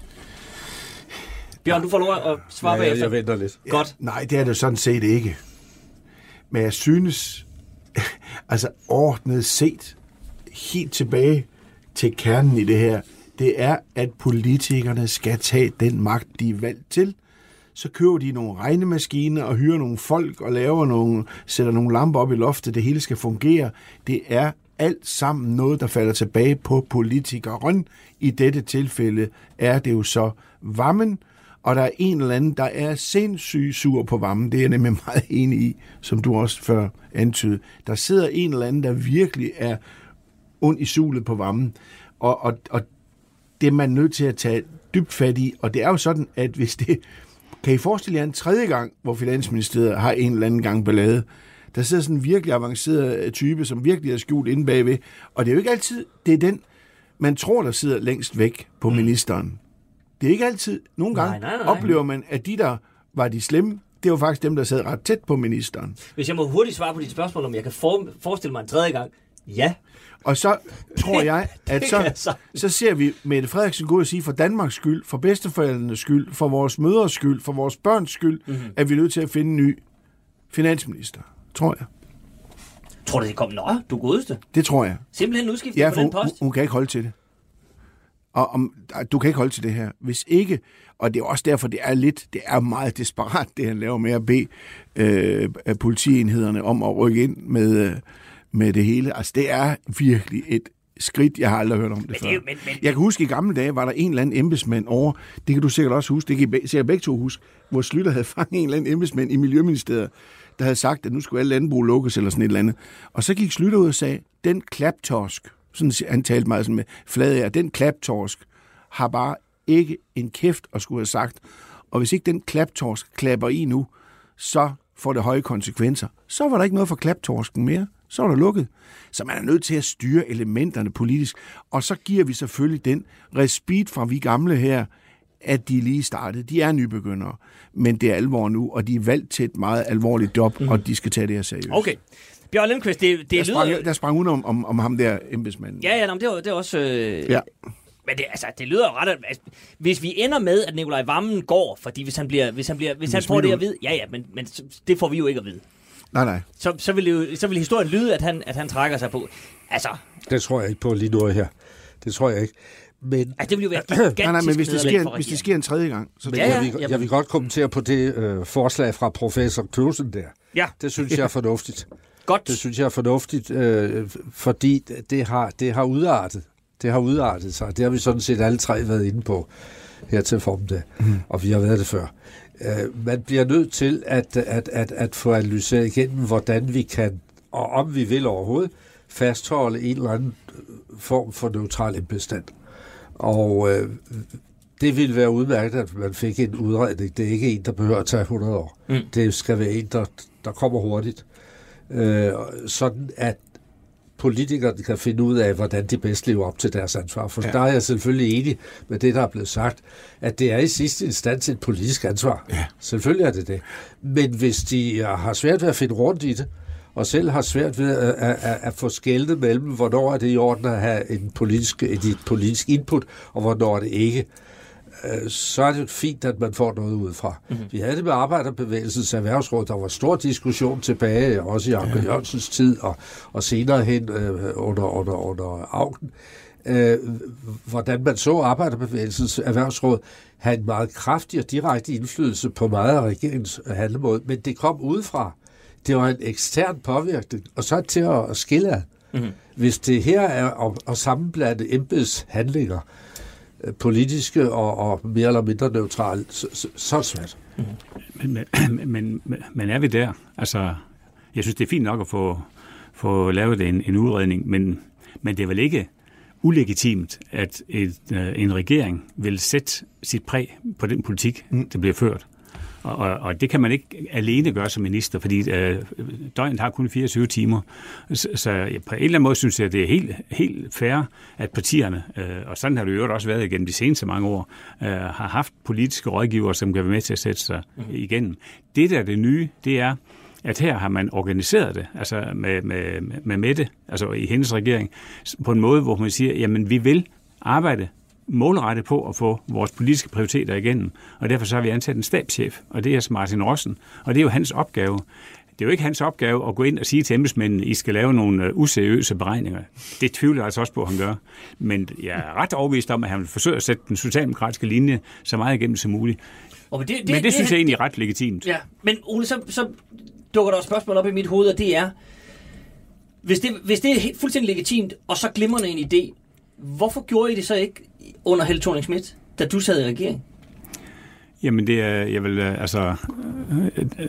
Bjørn, du får lov at svare ja, bagefter. Jeg venter lidt. Godt. Ja, nej, det er det sådan set ikke. Men jeg synes, Altså ordnet set, helt tilbage til kernen i det her, det er, at politikerne skal tage den magt, de er valgt til. Så køber de nogle regnemaskiner og hyrer nogle folk og laver nogle, sætter nogle lamper op i loftet. Det hele skal fungere. Det er alt sammen noget, der falder tilbage på politikeren. I dette tilfælde er det jo så Wammen, og der er en eller anden, der er sindssygt sur på Wammen. Det er jeg nemlig meget enig i, som du også før antydede. Der sidder en eller anden, der virkelig er ond i sulet på Wammen, og, og, og det er man nødt til at tage dybt fat i. Og det er jo sådan, at hvis det... Kan I forestille jer en tredje gang, hvor Finansministeriet har en eller anden gang ballade? Der sidder sådan en virkelig avanceret type, som virkelig er skjult inde bagved. Og det er jo ikke altid, det er den, man tror, der sidder længst væk på ministeren. Det er ikke altid. Nogle gange nej, nej, nej. oplever man, at de, der var de slemme, det var faktisk dem, der sad ret tæt på ministeren. Hvis jeg må hurtigt svare på dit spørgsmål, om jeg kan for, forestille mig en tredje gang. Ja. Og så tror jeg, at så, så ser vi Mette Frederiksen gå og sige, for Danmarks skyld, for bedsteforældrenes skyld, for vores mødres skyld, for vores børns skyld, mm-hmm. at vi er nødt til at finde en ny finansminister. Tror jeg. Tror du, det kommer? Nå, du godeste. Det tror jeg. Simpelthen udskiftet ja, på den post? Hun, hun kan ikke holde til det. Og om, du kan ikke holde til det her. Hvis ikke, og det er også derfor, det er lidt, det er meget desperat, det han laver med at bede øh, politienhederne om at rykke ind med... Øh, med det hele. Altså, det er virkelig et skridt, jeg har aldrig hørt om det, men før. Det, men, men, jeg kan huske, i gamle dage var der en eller anden embedsmand over, det kan du sikkert også huske, det kan I sikkert begge to huske, hvor Slytter havde fanget en eller anden embedsmand i Miljøministeriet, der havde sagt, at nu skulle alle landbrug lukkes eller sådan et eller andet. Og så gik Slytter ud og sagde, den klaptorsk, sådan han talte meget sådan med flade af, den klaptorsk har bare ikke en kæft at skulle have sagt. Og hvis ikke den klaptorsk klapper i nu, så får det høje konsekvenser. Så var der ikke noget for klaptorsken mere. Så er der lukket. Så man er nødt til at styre elementerne politisk. Og så giver vi selvfølgelig den respit fra vi gamle her, at de lige startede. De er nybegyndere, men det er alvor nu, og de er valgt til et meget alvorligt job, mm. og de skal tage det her seriøst. Okay. Bjørn Lindqvist, det, det der sprang, lyder... Der sprang hun om, om, om ham der embedsmanden. Ja, ja, nå, det er, det er også... Øh... Ja. Men det, altså, det lyder jo ret... Altså, hvis vi ender med, at Nicolai Wammen går, fordi hvis han, bliver, hvis han, bliver, hvis han får det at vide... Ja, ja, men, men det får vi jo ikke at vide. Nej, nej. Så, så, vil, jo, så vil historien lyde, at han, at han trækker sig på. Altså... Det tror jeg ikke på lige nu her. Det tror jeg ikke. Men... Altså, det vil jo være gigantisk. Nej, nej, men hvis det, sker, hvis det sker en tredje gang... Så ja, ja, jeg, vil, jeg vil godt kommentere på det øh, forslag fra professor Knudsen der. Ja. Det synes jeg er fornuftigt. Godt. Det synes jeg er fornuftigt, øh, fordi det har, det har udartet. Det har udartet sig. Det har vi sådan set alle tre været inde på her til formiddag. Mm. Og vi har været det før. Uh, man bliver nødt til at, at, at, at få analyseret igennem, hvordan vi kan, og om vi vil overhovedet, fastholde en eller anden form for neutral embedsstand. Og uh, det ville være udmærket, at man fik en udredning. Det er ikke en, der behøver at tage hundrede år. Mm. Det skal være en, der, der kommer hurtigt. Uh, sådan at politikerne kan finde ud af, hvordan de bedst lever op til deres ansvar. For ja. Der er jeg selvfølgelig enig med det, der er blevet sagt, at det er i sidste instans et politisk ansvar. Ja. Selvfølgelig er det det. Men hvis de har svært ved at finde rundt i det, og selv har svært ved at, at, at, at få skelnet mellem, hvornår er det i orden at have en politisk, et, et politisk input, og hvornår er det ikke, så er det fint, at man får noget udefra. Mm-hmm. Vi havde det med Arbejderbevægelsens Erhvervsråd, der var stor diskussion tilbage, også i Anker ja. Jørgensens tid, og, og senere hen øh, under, under, under Augen, øh, hvordan man så Arbejderbevægelsens Erhvervsråd have en meget kraftig og direkte indflydelse på meget af regeringens handlemåde, men det kom udefra. Det var en ekstern påvirkning, og så til at skille af. Mm-hmm. Hvis det her er at, at sammenblande embedshandlinger, politiske og, og mere eller mindre neutrale, så, så, så er det svært. Mm-hmm. Men, men, men, men er vi der? Altså, jeg synes, det er fint nok at få, få lavet en, en udredning, men, men det er vel ikke ulegitimt, at et, en regering vil sætte sit præg på den politik, mm. der bliver ført. Og, og, og det kan man ikke alene gøre som minister, fordi øh, døgnet har kun fireogtyve timer. Så, så på en eller anden måde synes jeg, at det er helt, helt fair, at partierne, øh, og sådan har det jo også været igennem de seneste mange år, øh, har haft politiske rådgivere, som kan være med til at sætte sig mm-hmm. igennem. Det der er det nye, det er, at her har man organiseret det, altså med, med, med Mette, altså i hendes regering, på en måde, hvor man siger, jamen vi vil arbejde målrettet på at få vores politiske prioriteter igennem. Og derfor så har vi ansat en stabschef, og det er Martin Rossen, og det er jo hans opgave. det er jo ikke hans opgave at gå ind og sige til embedsmændene, I skal lave nogle uh, useriøse beregninger. Det tvivler jeg altså også på, at han gør. Men jeg er ret overbevist om, at han vil forsøge at sætte den socialdemokratiske linje så meget igennem som muligt. Og men det, det, men det, det synes det, jeg egentlig er ret legitimt. Ja, men Ole, så, så dukker der et spørgsmål op i mit hoved, og det er, hvis det, hvis det er helt, fuldstændig legitimt, og så glimrende en idé, hvorfor gjorde I det så ikke under Helle Thorning-Schmidt, da du sad i regering? Jamen det er, jeg vil, altså... Øh, øh,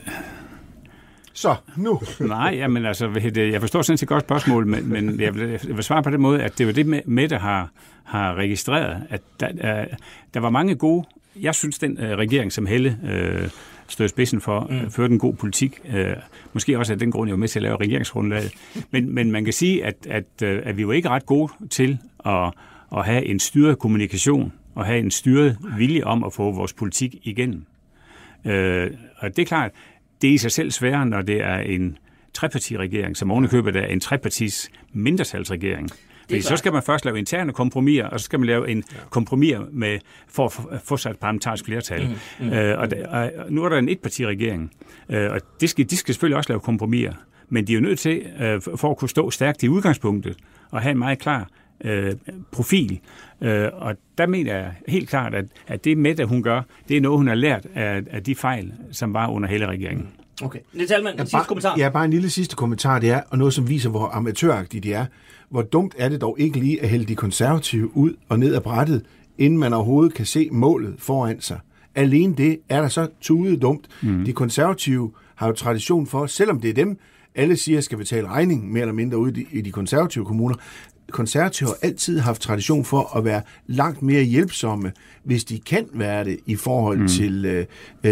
Så, nu. Nej, jamen altså, jeg forstår sådan set godt spørgsmål, men, men jeg, vil, jeg vil svare på den måde, at det var det, Mette har, har registreret, at der, der var mange gode... Jeg synes, den uh, regering, som Helle uh, stod i spidsen for, mm. uh, førte en god politik. Uh, måske også af den grund, jeg var med til at lave regeringsgrundlaget. Men, men man kan sige, at, at, uh, at vi var ikke ret gode til at, at have en styret kommunikation, og have en styret vilje om at få vores politik igennem. Uh, og det er klart, det er i sig selv sværere, når det er en trepartiregering, som ovenikøbet er en trepartis mindretalsregering. Fordi så skal man først lave interne kompromiser, og så skal man lave en ja. kompromis med, for at få sig et parlamentarisk flertal. Mm, mm, øh, og, der, og nu er der en etpartiregering, øh, og de skal, de skal selvfølgelig også lave kompromiser, men de er jo nødt til, øh, for at kunne stå stærkt i udgangspunktet, og have en meget klar øh, profil. Øh, og der mener jeg helt klart, at, at det med, at hun gør, det er noget, hun har lært af, af de fejl, som var under hele regeringen. Okay. Niels Alman, en ja, sidste bare, kommentar. Ja, bare en lille sidste kommentar, det er, og noget, som viser, hvor amatøragtige de er. Hvor dumt er det dog ikke lige at hælde de konservative ud og ned af brættet, inden man overhovedet kan se målet foran sig. Alene det er der så tudet dumt. Mm. De konservative har jo tradition for, selvom det er dem, alle siger, skal betale regningen mere eller mindre ude i de konservative kommuner. Konservative har altid haft tradition for at være langt mere hjælpsomme, hvis de kan være det i forhold mm. til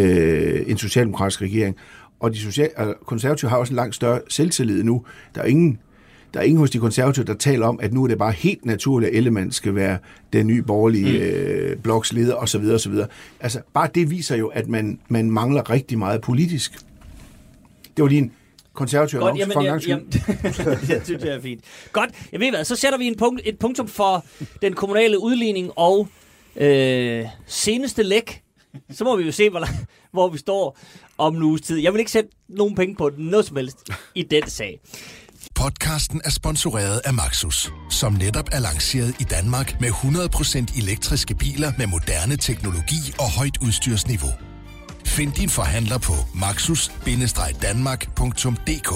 øh, en socialdemokratisk regering. Og de social, altså, konservative har også en langt større selvtillid nu. Der er ingen Der er ingen hos de konservative, der taler om, at nu er det bare helt naturligt, at Ellemann skal være den nye borgerlige mm. øh, bloks leder osv. osv. Altså, bare det viser jo, at man, man mangler rigtig meget politisk. Det var lige en konservativ annonce for en gang skyld. Det synes jeg er fint. Godt, jeg ved hvad, så sætter vi en punkt, et punktum for den kommunale udligning og øh, seneste læk. Så må vi jo se, hvor, hvor vi står om en uges tid. Jeg vil ikke sætte nogen penge på noget som helst i den sag. Podcasten er sponsoreret af Maxus, som netop er lanceret i Danmark med hundrede procent elektriske biler med moderne teknologi og højt udstyrsniveau. Find din forhandler på maxus bindestreg danmark punktum d k.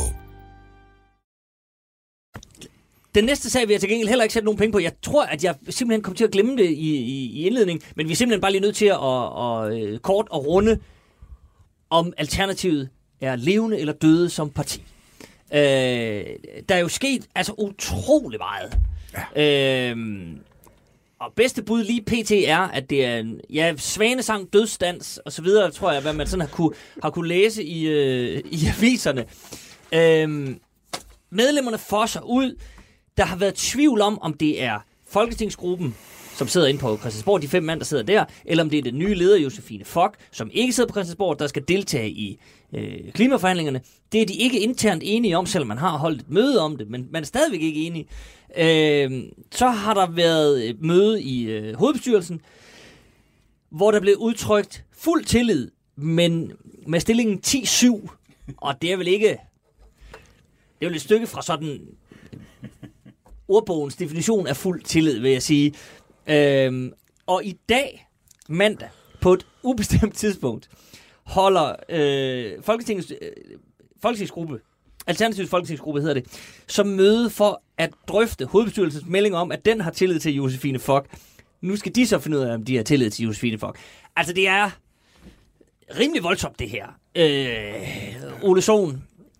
Den næste sag vil jeg til gengæld heller ikke sætte nogen penge på. Jeg tror, at jeg simpelthen kommer til at glemme det i, i, i indledningen, men vi er simpelthen bare lige nødt til at, at, at kort og runde, om Alternativet er levende eller døde som parti. Øh, der er jo sket altså utrolig meget. Ja. Øh, og bedste bud lige pt. Er, at det er en ja, svanesang, dødsdans og så videre, tror jeg, hvad man sådan har kunne, har kunne læse i, øh, i aviserne. Øh, medlemmerne fosser ud. Der har været tvivl om, om det er Folketingsgruppen, som sidder inde på Christiansborg, de fem mand, der sidder der, eller om det er den nye leder, Josefine Fock, som ikke sidder på Christiansborg, der skal deltage i øh, klimaforhandlingerne. Det er de ikke internt enige om, selvom man har holdt et møde om det, men man er stadigvæk ikke enige. Øh, så har der været et møde i øh, hovedbestyrelsen, hvor der blev udtrykt fuld tillid, men med stillingen ti syv, og det er vel ikke... Det er jo et stykke fra sådan ordbogens definition af fuld tillid, vil jeg sige. Øhm, og i dag, mandag, på et ubestemt tidspunkt, holder øh, Folketingets øh, Folketingsgruppe, Alternativets Folketingsgruppe hedder det, som møde for at drøfte hovedbestyrelsens melding om, at den har tillid til Josefine Fock. Nu skal de så finde ud af, om de har tillid til Josefine Fock. Altså, det er rimelig voldsomt, det her. Øh, Ole Sohn,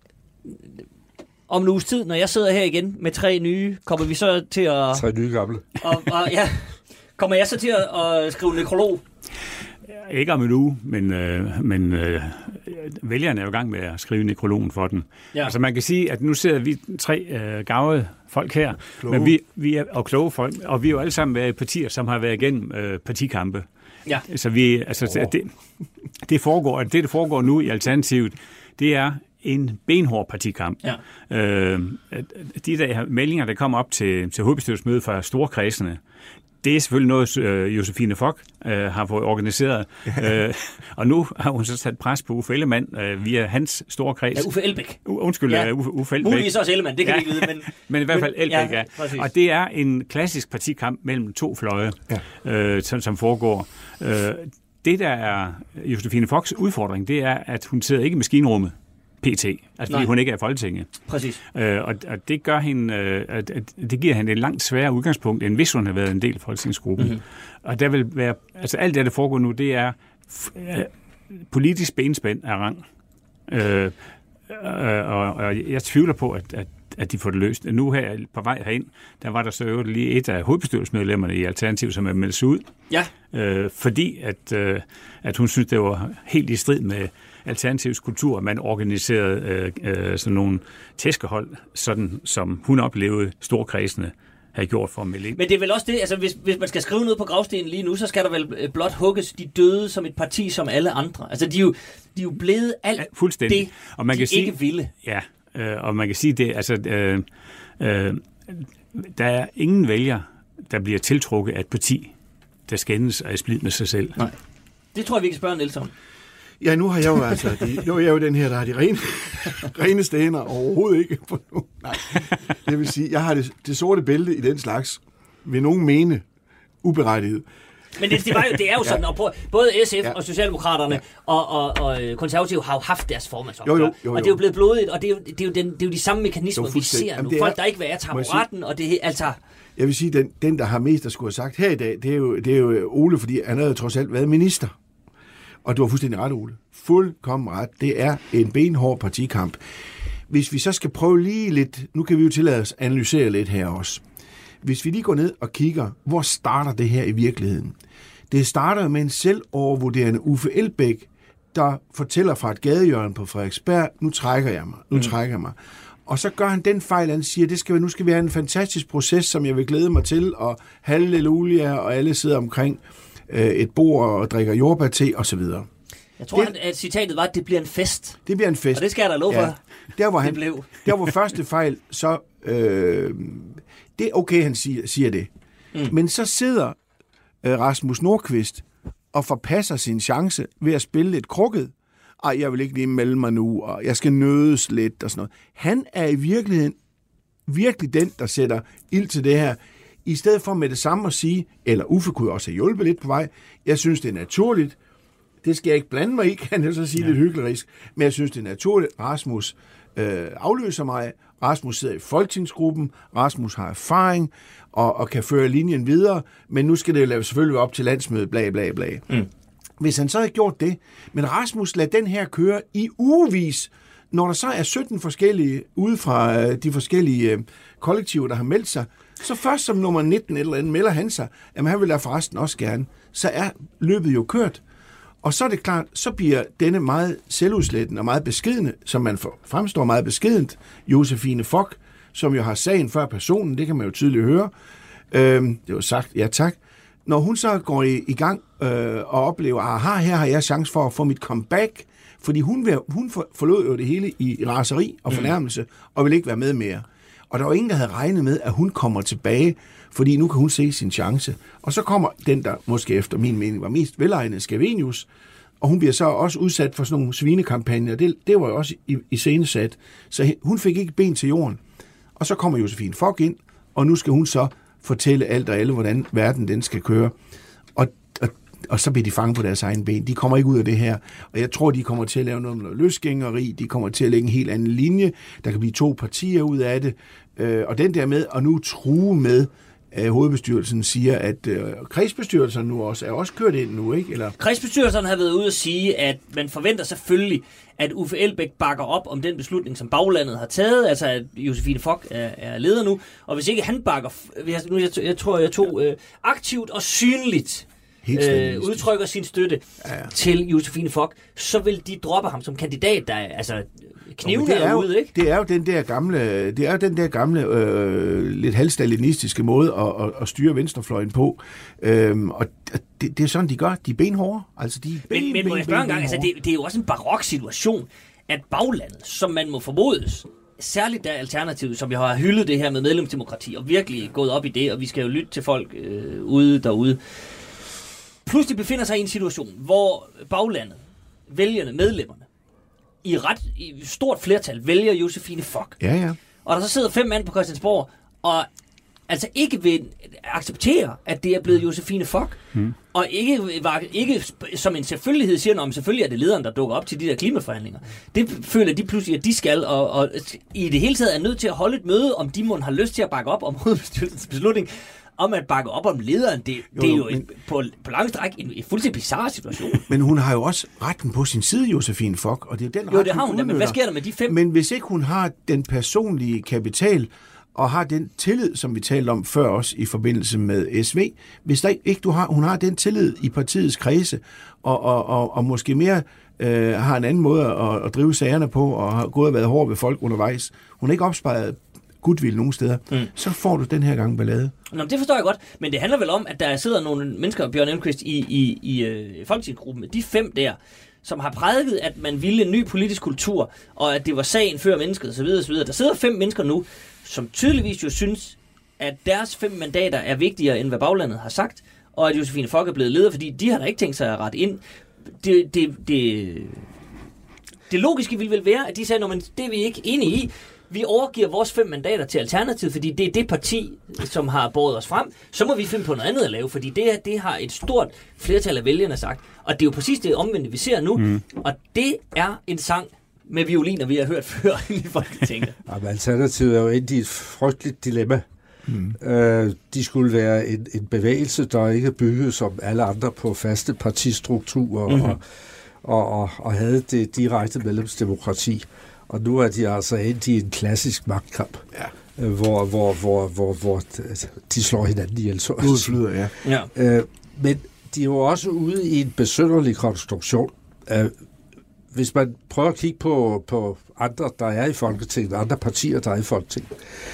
om en uges tid, når jeg sidder her igen med tre nye, kommer vi så til at... Tre nye gamle. Og, og, ja, kommer jeg så til at, at skrive nekrolog? Ikke om en uge, men, øh, men øh, vælgerne er jo i gang med at skrive nekrologen for den. Ja. Altså man kan sige, at nu sidder vi tre øh, gavede folk her, kloge. men vi, vi er og kloge folk, og vi er jo alle sammen været partier, som har været igennem øh, partikampe. Ja. Så vi, altså, oh. det, det foregår, det, der foregår nu i Alternativet, det er en benhård partikamp. Ja. Øh, de der meldinger, der kommer op til, til hovedbestyrelsesmødet fra storkredsene, Det er selvfølgelig noget, øh, Josefine Fock øh, har fået organiseret. øh, og nu har hun så sat pres på Uffe Ellemann øh, via hans store kreds. Ja, Uffe Elbæk. U- undskyld, ja. Uffe, Uffe Elbæk. Muligvis også Ellemann, det kan ja. vi ikke vide. Men, men i hvert fald Elbæk, ja. ja. Og det er en klassisk partikamp mellem to fløje, ja. øh, som, som foregår. Øh, det, der er Josefine Focks udfordring, det er, at hun sidder ikke i maskinrummet. P T, altså fordi Nej. hun ikke er i Folketinget. Præcis. Øh, og, og det gør hende, øh, at, at det giver hende et langt sværere udgangspunkt, end hvis hun har været en del af Folketingsgruppen. Mm-hmm. Og der vil være, altså alt det, der foregår nu, det er øh, politisk benspænd af rang. Øh, øh, og, og jeg tvivler på, at, at, at de får det løst. Nu her på vej herind, der var der så jo lige et af hovedbestyrelsesmedlemmerne i Alternativ, som er meldt sig ud. Ja. Øh, fordi at, øh, at hun synes, det var helt i strid med Alternativs kultur, man organiserede øh, øh, sådan nogle tæskehold, sådan som hun oplevede storkredsene havde gjort for at melde ind. Men det er vel også det, altså hvis, hvis man skal skrive noget på gravstenen lige nu, så skal der vel blot hugges de døde som et parti som alle andre. Altså de er jo, de er jo blevet alt ja, fuldstændig. Det, og man de kan sige, ikke ville. Ja, øh, og man kan sige det, altså øh, øh, der er ingen vælger, der bliver tiltrukket af et parti, der skændes og er i splid med sig selv. Nej, det tror jeg, vi kan spørge Niels om. Ja, nu har jeg jo altså, de, nu er jeg jo den her, der har de rene, reneste hænder overhovedet ikke. Nej, det vil sige, jeg har det, det sorte bælte i den slags, vil nogen mene, uberettiget. Men det, det, var jo, det er jo sådan, og både S F ja. og Socialdemokraterne ja. og, og, og Konservative har jo haft deres formandsopgør. Jo, jo, jo, jo. Og det er jo blevet blodigt, og det er jo, det er jo, den, det er jo de samme mekanismer, vi ser nu. Jamen, folk, er, der ikke vil af taburetten, og det altså... Jeg vil sige, den, den der har mest at skulle have sagt her i dag, det er jo, det er jo Ole, fordi han havde trods alt været minister. Og du har fuldstændig ret, Ole. Fuldkommen ret. Det er en benhård partikamp. Hvis vi så skal prøve lige lidt, nu kan vi jo tillade os at analysere lidt her også. Hvis vi lige går ned og kigger, hvor starter det her i virkeligheden? Det starter med en selvovervurderende Uffe Elbæk, der fortæller fra et gadehjørne på Frederiksberg, nu trækker jeg mig, nu mm. trækker jeg mig. Og så gør han den fejl, han siger, det skal, nu skal vi have en fantastisk proces, som jeg vil glæde mig til, og halleluja, og alle sidder omkring et bord og drikker jordbærte og så videre. Jeg tror, det, at citatet var, at det bliver en fest. Det bliver en fest. Og det skal jeg da love for. Ja. Der var han, det blev. Der var første fejl, så øh, det er okay, han siger, siger det. Mm. Men så sidder øh, Rasmus Nordqvist og forpasser sin chance ved at spille lidt krukket. Ej, jeg vil ikke lige melde mig nu, og jeg skal nødes lidt og sådan noget. Han er i virkeligheden virkelig den, der sætter ild til det her. I stedet for med det samme at sige, eller Uffe kunne også have hjulpet lidt på vej, jeg synes, det er naturligt. Det skal jeg ikke blande mig i, kan jeg så sige ja. lidt hyklerisk. Men jeg synes, det er naturligt. Rasmus øh, afløser mig. Rasmus sidder i folketingsgruppen. Rasmus har erfaring og, og kan føre linjen videre. Men nu skal det jo selvfølgelig op til landsmødet, bla bla bla. Mm. Hvis han så havde gjort det, men Rasmus lader den her køre i ugevis, når der så er sytten forskellige ude fra øh, de forskellige øh, kollektiver, der har meldt sig, så først som nummer nitten eller andet melder han sig, at han vil da forresten også gerne, så er løbet jo kørt. Og så er det klart, så bliver denne meget selvudslættende og meget beskedne, som man fremstår meget beskedent, Josefine Fock, som jo har sagen før personen, det kan man jo tydeligt høre. Øhm, det var sagt, ja tak. Når hun så går i, i gang øh, og oplever, aha, her har jeg chance for at få mit comeback, fordi hun, vil, hun forlod jo det hele i raseri og fornærmelse, og vil ikke være med mere. Og der var ingen, der havde regnet med, at hun kommer tilbage, fordi nu kan hun se sin chance. Og så kommer den, der måske efter min mening var mest velegnet, Scavenius, og hun bliver så også udsat for sådan nogle svinekampagner. Det, det var jo også i, i scenesat. Så hun fik ikke ben til jorden. Og så kommer Josefine Fock ind, og nu skal hun så fortælle alt og alle, hvordan verden den skal køre. Og, og, og så bliver de fanget på deres egen ben. De kommer ikke ud af det her. Og jeg tror, de kommer til at lave noget, noget løsgængeri. De kommer til at lægge en helt anden linje. Der kan blive to partier ud af det. Øh, og den der med at nu true med, at hovedbestyrelsen siger, at øh, kredsbestyrelserne nu også er også kørt ind nu, ikke? Eller? Kredsbestyrelserne har været ude at sige, at man forventer selvfølgelig, at Uffe Elbæk bakker op om den beslutning, som baglandet har taget, altså at Josefine Fock er, er leder nu, og hvis ikke han bakker, nu jeg, jeg tror jeg tog øh, aktivt og synligt øh, udtrykker sin støtte ja, ja. til Josefine Fock, så vil de droppe ham som kandidat, der altså kniven er, er ude, ikke? Det er jo den der gamle, det er jo den der gamle øh, lidt halvstalinistiske måde at, at, at styre venstrefløjen på. Øhm, og det, det er sådan, de gør. De er benhårde. Altså, de er ben, men men ben, må jeg spørge en gang, altså, det, det er jo også en barok situation, at baglandet, som man må formodes, særligt der Alternativet, som jeg har hyldet det her med medlemsdemokrati, og virkelig gået op i det, og vi skal jo lytte til folk øh, ude derude, pludselig befinder sig i en situation, hvor baglandet, vælgerne, medlemmerne, i ret i stort flertal vælger Josephine Fock. Ja, ja. Og der så sidder fem mand på Christiansborg, og altså ikke vil acceptere, at det er blevet Josephine Fock, hmm. og ikke, var, ikke som en selvfølgelighed siger, om selvfølgelig er det lederen, der dukker op til de der klimaforhandlinger. Det føler de pludselig, at de skal, og, og i det hele taget er nødt til at holde et møde, om de må har lyst til at bakke op om hovedbestyrelsens beslutning, om at bakke op om lederen. Det, jo, det er jo men, en, på, på lang stræk en, en fuldstændig bizarre situation. Men hun har jo også retten på sin side, Josephine Fock, og det er den jo, ret, det har hun, hun men hvad sker der med de fem? Men hvis ikke hun har den personlige kapital, og har den tillid, som vi talte om før også i forbindelse med S V, hvis der ikke du har, hun har den tillid i partiets kredse, og, og, og, og måske mere øh, har en anden måde at, at drive sagerne på, og har gået og været hård ved folk undervejs. Hun er ikke opsparet goodwill nogen steder, mm. så får du den her gang ballade. Nå, det forstår jeg godt, men det handler vel om, at der sidder nogle mennesker, Bjørn Elmquist, i, i, i øh, folketingsgruppen, de fem der, som har prædiket, at man ville en ny politisk kultur, og at det var sagen før mennesket osv. osv. Der sidder fem mennesker nu, som tydeligvis jo synes, at deres fem mandater er vigtigere, end hvad baglandet har sagt, og at Josephine Fock er blevet leder, fordi de har da ikke tænkt sig at rette ind. Det, det, det, det logiske ville vel være, at de sagde, men det er vi ikke enige i. Vi overgiver vores fem mandater til Alternativet, fordi det er det parti, som har båret os frem. Så må vi finde på noget andet at lave, fordi det, det har et stort flertal af vælgerne sagt. Og det er jo præcis det omvendte, vi ser nu. Mm. Og det er en sang med violiner, vi har hørt før i Folketinget. Jamen, Alternativet er jo endt i et frygteligt dilemma. Mm. Øh, de skulle være en, en bevægelse, der ikke byggede som alle andre på faste partistrukturer mm-hmm. og, og, og, og havde det direkte medlemsdemokrati. Og nu er de altså endt i en klassisk magtkamp, ja. øh, hvor, hvor, hvor, hvor, hvor de slår hinanden ihjel. Så udflyder, ja. ja. Øh, men de er jo også ude i en besynderlig konstruktion. Øh, hvis man prøver at kigge på, på andre, der er i Folketinget, andre partier, der er i Folketinget,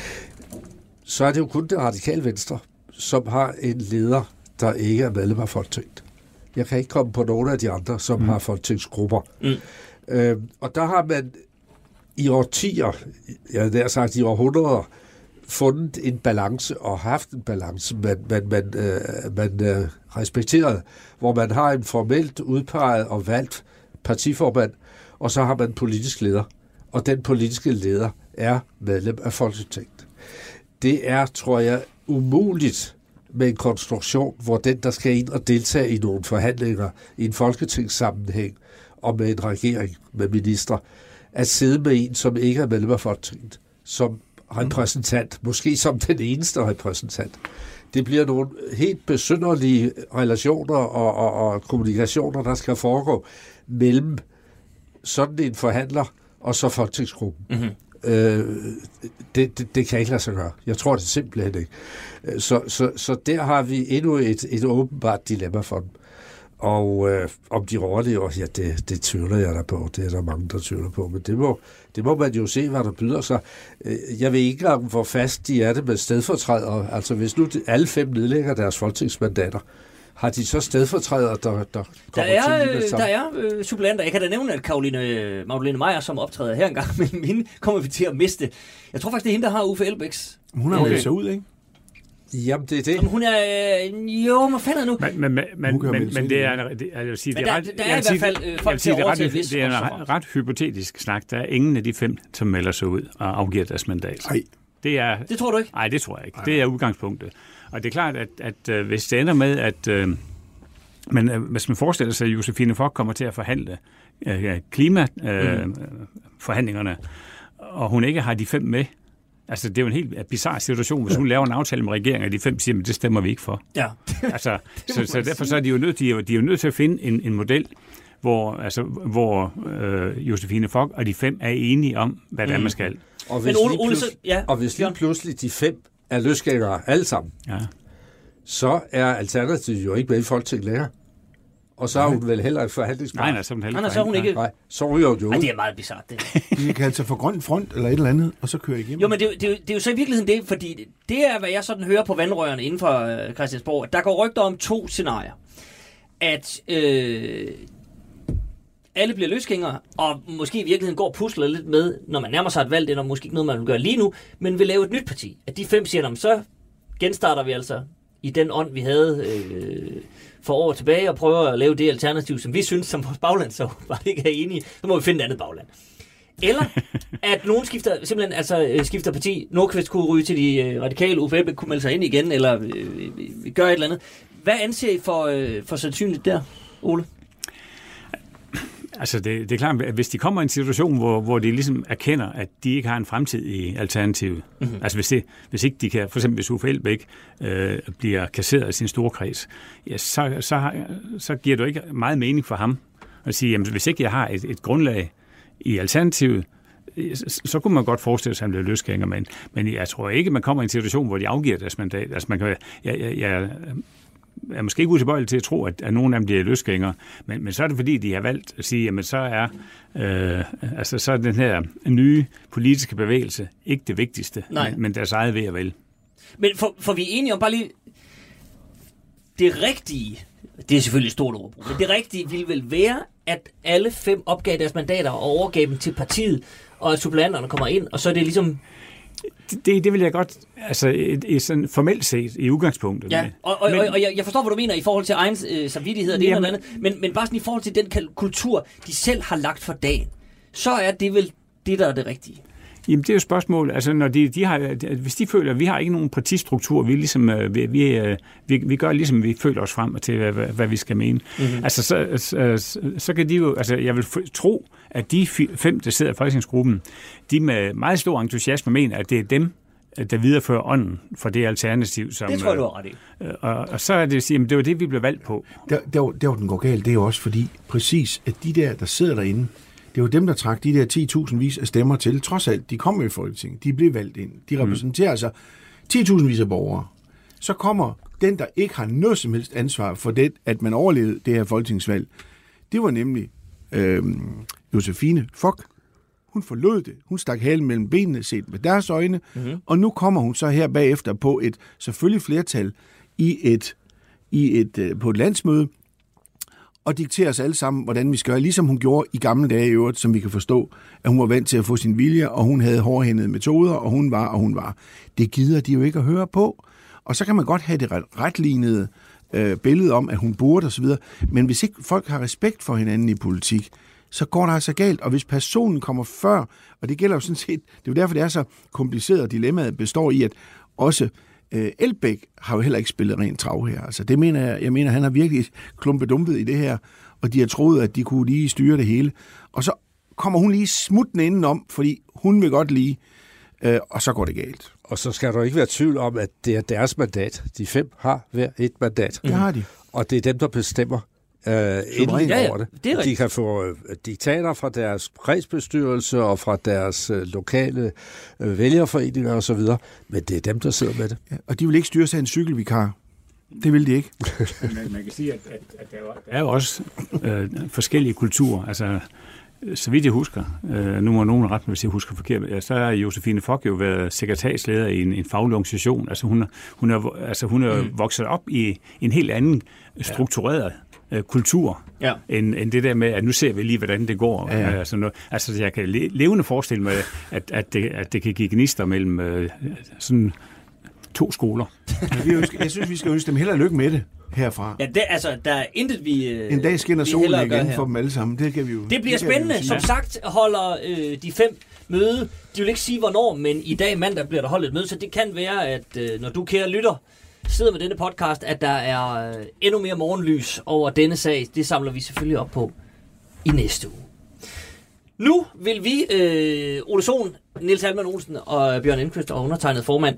så er det jo kun det radikale Venstre, som har en leder, der ikke er medlem af Folketinget. Jeg kan ikke komme på nogen af de andre, som mm. har folketingsgrupper. Mm. Øh, og der har man i årtier, jeg har sagt i århundreder, fundet en balance og haft en balance, man, man, man, øh, man øh, respekterede, hvor man har en formelt udpeget og valgt partiformand, og så har man politisk leder. Og den politiske leder er medlem af Folketinget. Det er, tror jeg, umuligt med en konstruktion, hvor den, der skal ind og deltage i nogle forhandlinger i en folketingssammenhæng og med en regering med ministre, at sidde med en, som ikke er medlem af Folketinget, som repræsentant, måske som den eneste repræsentant. Det bliver nogle helt besynderlige relationer og, og, og kommunikationer, der skal foregå mellem sådan en forhandler og så folketingsgruppen. Mm-hmm. Øh, det, det, det kan ikke lade sig gøre. Jeg tror det simpelthen ikke. Så, så, så der har vi endnu et, et åbenbart dilemma for dem. Og øh, om de overlever, ja, det, det tvivler jeg da på. Det er der mange, der tvivler på. Men det må, det må man jo se, hvad der byder sig. Jeg ved ikke engang, hvor fast de er det med stedfortrædere. Altså, hvis nu alle fem nedlægger deres folketingsmandater, har de så stedfortrædere, der, der kommer der er, til livet sammen? Der er øh, suppleanter. Jeg kan da nævne, at Caroline Magdalene Meyer, som optræder her engang, men hende kommer vi til at miste. Jeg tror faktisk, det er hende, der har Uffe Elbæks. Hun har jo okay. så ud, ikke? Jamen, det er det. Jamen, hun er... Øh, jo, hvad fanden nu? Men, men, men, men, men, men det er... Det, jeg vil sige, det er ret... Der er i hvert fald øh, folk til at overtage vis. Det er en ret, ret hypotetisk snak. Der er ingen af de fem, som melder sig ud og afgiver deres mandat. Nej. Det er... Det tror du ikke? Nej, det tror jeg ikke. Det er udgangspunktet. Og det er klart, at, at, at hvis det ender med, at... Øh, men øh, hvis man forestiller sig, at Josephine Fock kommer til at forhandle øh, klimaforhandlingerne, øh, mm. og hun ikke har de fem med. Altså, det er jo en helt bizarre situation, hvis hun laver en aftale med regeringen, og de fem siger, men det stemmer vi ikke for. Ja. altså, så, så derfor så er de jo nødt, de er, de er jo nødt til at finde en, en model, hvor, altså, hvor øh, Josephine Fock og de fem er enige om, hvad det er, man skal. Og hvis, men Ole, lige, ja, og hvis lige pludselig de fem er løsgængere alle sammen, ja. så er Alternativet jo ikke med i Folketinget længere. Og så har hun vel heller et forhandlingsbar. Nej, nej, så er hun heller nej, så er hun ikke. Nej, så ryger hun jo ud. Ej, det er meget bizarrt, det. De kan altså få grøn front eller et eller andet, og så kører igennem. Jo, men det, det, det er jo så i virkeligheden det, fordi det er, hvad jeg sådan hører på vandrørene inden for Christiansborg. Der går rygter om to scenarier. At, øh, alle bliver løsgængere, og måske i virkeligheden går og pusler lidt med, når man nærmer sig et valg, det er måske ikke noget, man vil gøre lige nu, men vil lave et nyt parti. At de fem siger, så genstarter vi altså i den ånd, vi havde øh, for år tilbage, og prøver at lave det alternativ, som vi synes, som vores bagland så var ikke er enige, så må vi finde et andet bagland. Eller at nogen skifter, simpelthen altså, skifter parti. Nordqvist kunne ryge til de øh, radikale, Uffe Elbæk kunne melde sig ind igen, eller øh, øh, gøre et eller andet. Hvad anser I for, øh, for sandsynligt der, Ole? Altså, det, det er klart, at hvis de kommer i en situation, hvor, hvor de ligesom erkender, at de ikke har en fremtid i alternativet, mm-hmm. altså hvis, det, hvis ikke de kan, for eksempel hvis Uffe Elbæk øh, bliver kasseret af sin store kreds, ja, så, så, så giver det ikke meget mening for ham at sige, jamen hvis ikke jeg har et, et grundlag i alternativet, så, så kunne man godt forestille sig, at han bliver løsgænger, men, men jeg tror ikke, man kommer i en situation, hvor de afgiver deres mandat. Altså man kan, jeg, jeg, jeg Jeg er måske ikke utilbøjelig til at tro, at, at nogen af dem bliver løsgængere, men, men så er det fordi, de har valgt at sige, jamen så er, øh, altså, så er den her nye politiske bevægelse ikke det vigtigste, men, men deres eget ved at vælge. Men for, for vi er enige om bare lige, det rigtige, det er selvfølgelig et stort ordbrug, men det rigtige ville vel være, at alle fem opgav deres mandater og overgav dem til partiet, og at suppleanterne kommer ind, og så er det ligesom... Det, det vil jeg godt, altså et, et sådan formelt set i udgangspunktet. Ja, og, og, men, og, og jeg forstår, hvad du mener i forhold til egen øh, samvittighed og det ene eller andet, men, men bare sådan i forhold til den kultur, de selv har lagt for dagen, så er det vel det, der er det rigtige. Jamen det er jo spørgsmålet, altså når de, de har, hvis de føler, at vi har ikke nogen partistruktur, vi, ligesom, vi, vi, vi, vi gør ligesom, vi føler os frem til, hvad, hvad vi skal mene. Mm-hmm. Altså så, så, så kan de jo, altså jeg vil tro, at de fem, der sidder i folketingsgruppen, de med meget stor entusiasme mener, at det er dem, der viderefører ånden for det alternativ. Som, det tror jeg, du har ret i. Og, og så er det at sige, at det var det, vi blev valgt på. Der, der, der hvor den går galt, det er jo også fordi, præcis, at de der, der sidder derinde, det er jo dem, der trak de der ti tusind vis af stemmer til. Trods alt, de kommer i Folketinget. De blev valgt ind. De repræsenterer mm. altså ti tusind vis af borgere. Så kommer den, der ikke har noget som helst ansvar for det, at man overlevede det her folketingsvalg. Det var nemlig øh, Josefine Fock. Hun forlod det. Hun stak halen mellem benene set med deres øjne. Mm-hmm. Og nu kommer hun så her bagefter på et selvfølgelig flertal i et, i et, på et landsmøde, og dikterer os alle sammen, hvordan vi skal gøre, ligesom hun gjorde i gamle dage i øvrigt, som vi kan forstå, at hun var vant til at få sin vilje, og hun havde hårdhændede metoder, og hun var, og hun var. Det gider de jo ikke at høre på. Og så kan man godt have det retlignede øh, billede om, at hun burde osv., men hvis ikke folk har respekt for hinanden i politik, så går det altså galt. Og hvis personen kommer før, og det gælder jo sådan set, det er jo derfor, det er så kompliceret, og dilemmaet består i, at også Øh, Elbæk har jo heller ikke spillet rent trav her. Altså, det mener jeg, jeg mener, han har virkelig klumpedumpet i det her, og de har troet, at de kunne lige styre det hele. Og så kommer hun lige smuttende indenom, fordi hun vil godt lide, øh, og så går det galt. Og så skal der ikke være tvivl om, at det er deres mandat. De fem har hver et mandat. Det har de. Og det er dem, der bestemmer øh, endelig ja, ja. over det. det de kan få øh, diktater fra deres kredsbestyrelse og fra deres øh, lokale øh, vælgerforeninger osv., men det er dem, der sidder med det. Ja, og de vil ikke styre sig en cykelvikar. Det vil de ikke. man, man kan sige, at, at, at der er jo også øh, forskellige kulturer. Altså, så vidt jeg husker, øh, nu må nogen rette mig, hvis jeg husker forkert, så har Josefine Fock jo været sekretærsleder i en, en faglig organisation. Altså hun, hun er, altså, hun er mm. vokset op i en helt anden struktureret øh, kultur, ja. end, end det der med, at nu ser vi lige, hvordan det går. Ja, ja. Altså, noget, altså jeg kan le- levende forestille mig, at, at, det, at det kan give gnister mellem øh, sådan to skoler. Jeg synes, vi skal ønske dem held og lykke med det herfra. Ja, det, altså, der er intet, vi øh, en dag skinner solen igen her. for dem alle sammen. Det kan vi jo. Det bliver det spændende. Som sagt holder øh, de fem møde. De vil ikke sige, hvornår, men i dag mandag bliver der holdt et møde, så det kan være, at øh, når du, kære lytter, sidder med denne podcast, at der er øh, endnu mere morgenlys over denne sag. Det samler vi selvfølgelig op på i næste uge. Nu vil vi, øh, Ole Sohn, Niels Halman Olsen og Bjørn Enquist og undertegnet formand,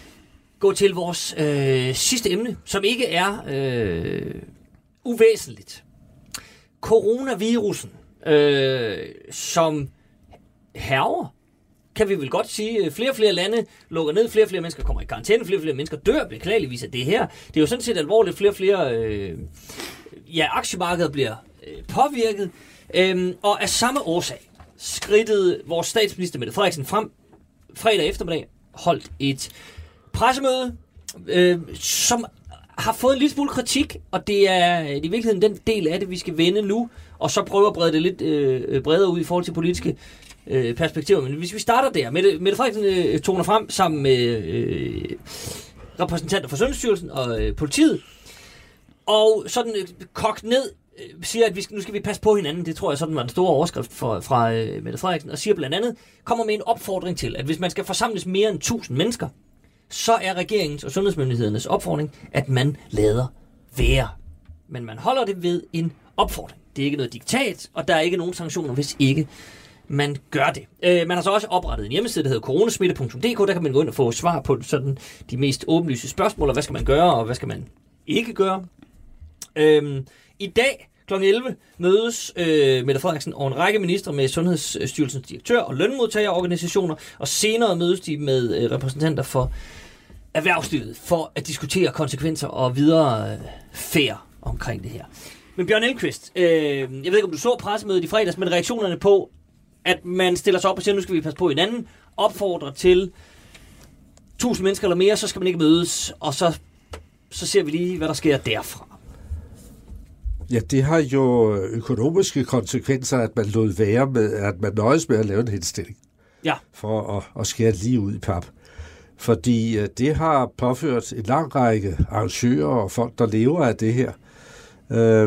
gå til vores øh, sidste emne, som ikke er øh, uvæsentligt. Coronavirusen, øh, som hærger, kan vi vel godt sige. Flere og flere lande lukker ned, flere og flere mennesker kommer i karantæne, flere og flere mennesker dør beklageligvis af det her. Det er jo sådan set alvorligt, flere og flere øh, ja, aktiemarkeder bliver øh, påvirket. Øh, og af samme årsag skridtede vores statsminister Mette Frederiksen frem fredag eftermiddag, holdt et pressemøde, øh, som har fået en lille smule kritik, og det er i virkeligheden den del af det, vi skal vende nu, og så prøve at brede det lidt øh, bredere ud i forhold til politiske øh, perspektiver. Men hvis vi starter der, Mette, Mette Frederiksen øh, toner frem sammen med øh, repræsentanter fra Sundhedsstyrelsen og øh, politiet, og sådan øh, kogt ned, øh, siger, at vi skal, nu skal vi passe på hinanden. Det tror jeg sådan var den store overskrift for, fra øh, Mette Frederiksen, og siger blandt andet, kommer med en opfordring til, at hvis man skal forsamles mere end tusind mennesker, så er regeringens og sundhedsmyndighedernes opfordring, at man lader være. Men man holder det ved en opfordring. Det er ikke noget diktat, og der er ikke nogen sanktioner, hvis ikke man gør det. Øh, man har så også oprettet en hjemmeside, der hedder coronasmitte punktum d k. Der kan man gå ind og få svar på sådan de mest åbenlyse spørgsmål, og hvad skal man gøre, og hvad skal man ikke gøre. Øh, I dag klokken elleve mødes øh, Mette Frederiksen og en række ministre med Sundhedsstyrelsens direktør og lønmodtagerorganisationer, og senere mødes de med øh, repræsentanter for erhvervslivet for at diskutere konsekvenser og videre øh, færd omkring det her. Men Bjørn Elmquist, øh, jeg ved ikke, om du så pressemødet i fredags, men reaktionerne på, at man stiller sig op og siger, nu skal vi passe på hinanden, opfordrer til tusind mennesker eller mere, så skal man ikke mødes, og så, så ser vi lige, hvad der sker derfra. Ja, det har jo økonomiske konsekvenser, at man lod være med, at man nøjes med at lave en henstilling. Ja. For at, at skære lige ud i pap. Fordi det har påført en lang række arrangører og folk, der lever af det her, øh,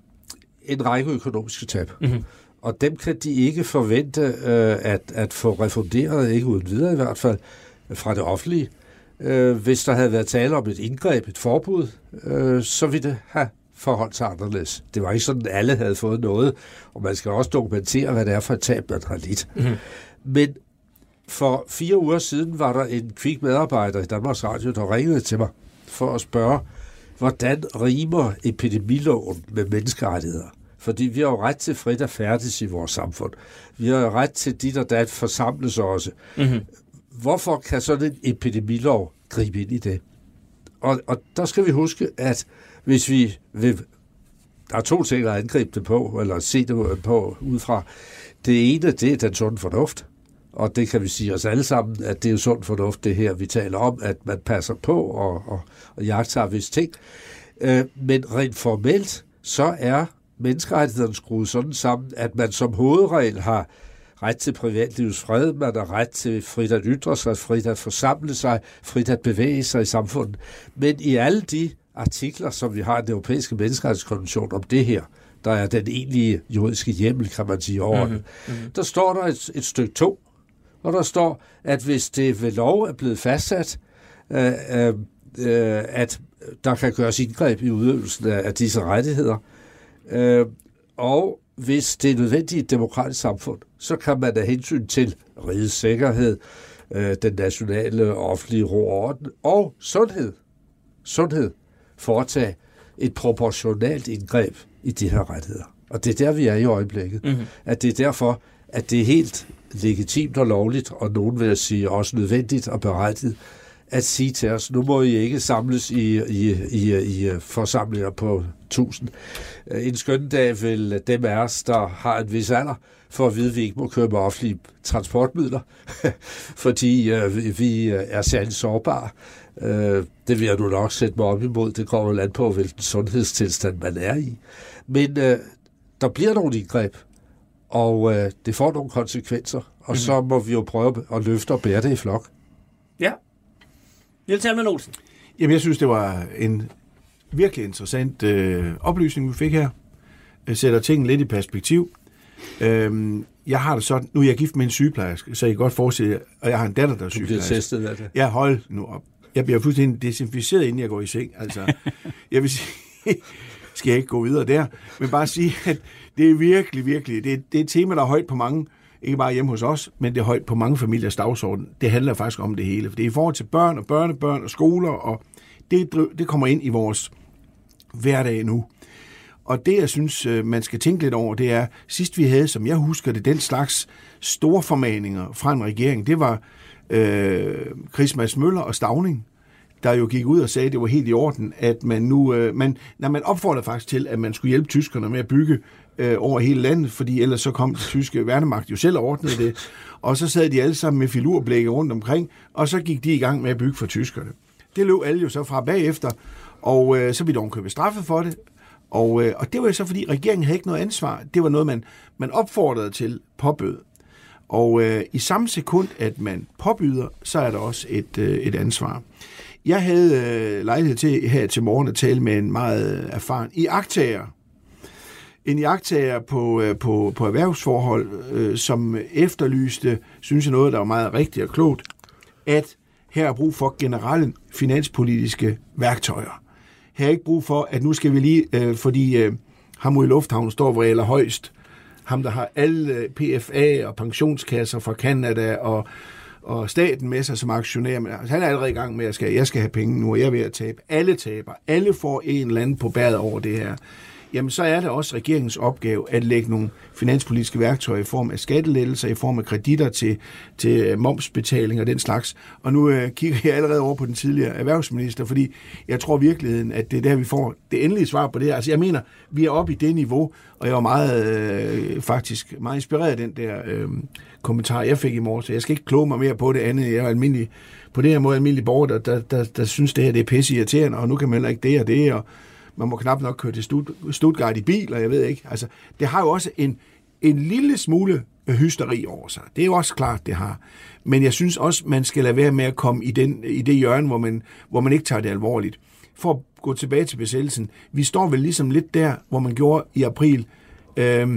en række økonomiske tab. Mm-hmm. Og dem kan de ikke forvente øh, at, at få refunderet, ikke uden videre i hvert fald, fra det offentlige. Øh, hvis der havde været tale om et indgreb, et forbud, øh, så ville det have forholdt sig anderledes. Det var ikke sådan, at alle havde fået noget, og man skal også dokumentere, hvad det er for et tab, man har lidt. Mm-hmm. Men for fire uger siden var der en kvik medarbejder i Danmarks Radio, der ringede til mig for at spørge, hvordan rimer epidemiloven med menneskerettigheder? Fordi vi har jo ret til frit at færdes i vores samfund. Vi har jo ret til dit og dat forsamles også. Mm-hmm. Hvorfor kan sådan en epidemilov gribe ind i det? Og, og der skal vi huske, at hvis vi vil, der er to ting at angribe det på, eller se det på udefra. Det ene, det er den sunde fornuft. Og det kan vi sige os alle sammen, at det er jo sund fornuft, det her, vi taler om, at man passer på og, og, og jagter visse ting. Øh, men rent formelt, så er menneskerettighederne skruet sådan sammen, at man som hovedregel har ret til privatlivets fred, man har ret til frit at ytre sig, frit at forsamle sig, frit at bevæge sig i samfundet. Men i alle de artikler, som vi har i den europæiske menneskerettighedskonvention om det her, der er den egentlige juridiske hjemmel, kan man sige, over mm-hmm. den, der står der et, et stykke to, og der står, at hvis det ved lov er blevet fastsat, øh, øh, at der kan gøres indgreb i udøvelsen af, af disse rettigheder, øh, og hvis det er nødvendigt i et demokratisk samfund, så kan man af hensyn til rigets sikkerhed, øh, den nationale og offentlige ro og orden og sundhed, sundhed foretage et proportionalt indgreb i de her rettigheder. Og det er der, vi er i øjeblikket. Mm-hmm. At det er derfor, at det er helt legitimt og lovligt, og nogen vil sige også nødvendigt og berettiget, at sige til os, nu må I ikke samles i, i, i, i forsamlinger på tusind. En skøn dag vil dem af os, der har en vis alder, for at vide, at vi ikke må køre med offentlige transportmidler, fordi øh, vi er særligt sårbare. Øh, det vil jeg nu nok sætte mig op imod. Det kommer jo land på, hvilken sundhedstilstand man er i. Men øh, der bliver nogle indgreb, og øh, det får nogle konsekvenser, og mm-hmm. så må vi jo prøve at løfte og bære det i flok. Ja. Niels Helmann Olsen. Jamen, jeg synes, det var en virkelig interessant øh, oplysning, vi fik her. Jeg sætter tingene lidt i perspektiv. Øhm, jeg har det sådan, nu er jeg gift med en sygeplejerske, så jeg kan godt forestille, og jeg har en datter, der er sygeplejerske. Du bliver testet af det. Jeg hold nu op. Jeg bliver fuldstændig desinficeret, inden jeg går i seng. Altså, jeg vil sige, skal jeg ikke gå videre der, men bare sige, at det er virkelig, virkelig, det er, det er et tema, der er højt på mange, ikke bare hjemme hos os, men det er højt på mange familiers dagsorden. Det handler faktisk om det hele, for det er i forhold til børn og børnebørn og skoler, og det, det kommer ind i vores hverdag nu. Og det, jeg synes, man skal tænke lidt over, det er, sidst vi havde, som jeg husker det, den slags store formaninger fra en regering, det var øh, Chris Mads Møller og Stauning, der jo gik ud og sagde, at det var helt i orden, at man nu, øh, man, når man opfordrede faktisk til, at man skulle hjælpe tyskerne med at bygge øh, over hele landet, fordi ellers så kom den tyske værnemagt jo selv og ordnede det, og så sad de alle sammen med filurblække rundt omkring, og så gik de i gang med at bygge for tyskerne. Det løb alle jo så fra bagefter, Og øh, så blev de købe straffet for det. Og, øh, og det var jo så, fordi regeringen havde ikke noget ansvar. Det var noget, man, man opfordrede til, påbød. Og øh, i samme sekund, at man påbyder, så er der også et, øh, et ansvar. Jeg havde øh, lejlighed til her til morgen at tale med en meget erfaren iagttager. En iagttager på, øh, på, på erhvervsforhold, øh, som efterlyste, synes jeg noget, der var meget rigtigt og klogt, at her er brug for generelle finanspolitiske værktøjer. Her er ikke brug for, at nu skal vi lige, øh, fordi øh, ham ude i lufthavnen står hvor eller højst, ham der har alle P F A og pensionskasser fra Canada og, og staten med sig som aktionær, men altså, han er allerede i gang med, at jeg skal, jeg skal have penge nu, og jeg er ved at tabe. Alle taber. Alle får en eller anden på bæret over det her. Jamen, så er det også regeringens opgave at lægge nogle finanspolitiske værktøjer i form af skattelettelser, i form af kreditter til, til momsbetaling og den slags. Og nu øh, kigger jeg allerede over på den tidligere erhvervsminister, fordi jeg tror virkeligheden, at det er der, vi får det endelige svar på det her. Altså, jeg mener, vi er oppe i det niveau, og jeg var meget, øh, faktisk meget inspireret af den der øh, kommentar, jeg fik i morges. Jeg skal ikke kloge mig mere på det andet. Jeg er almindelig, på det her måde almindelig borger, der, der, der, der synes, det her det er pisse irriterende, og nu kan man heller ikke det og det, og man må knap nok køre til Stuttgart i bil, og jeg ved ikke. Altså, det har jo også en, en lille smule hysteri over sig. Det er jo også klart, det har. Men jeg synes også, man skal lade være med at komme i, den, i det hjørne, hvor man, hvor man ikke tager det alvorligt. For at gå tilbage til besættelsen. Vi står vel ligesom lidt der, hvor man gjorde i april øh,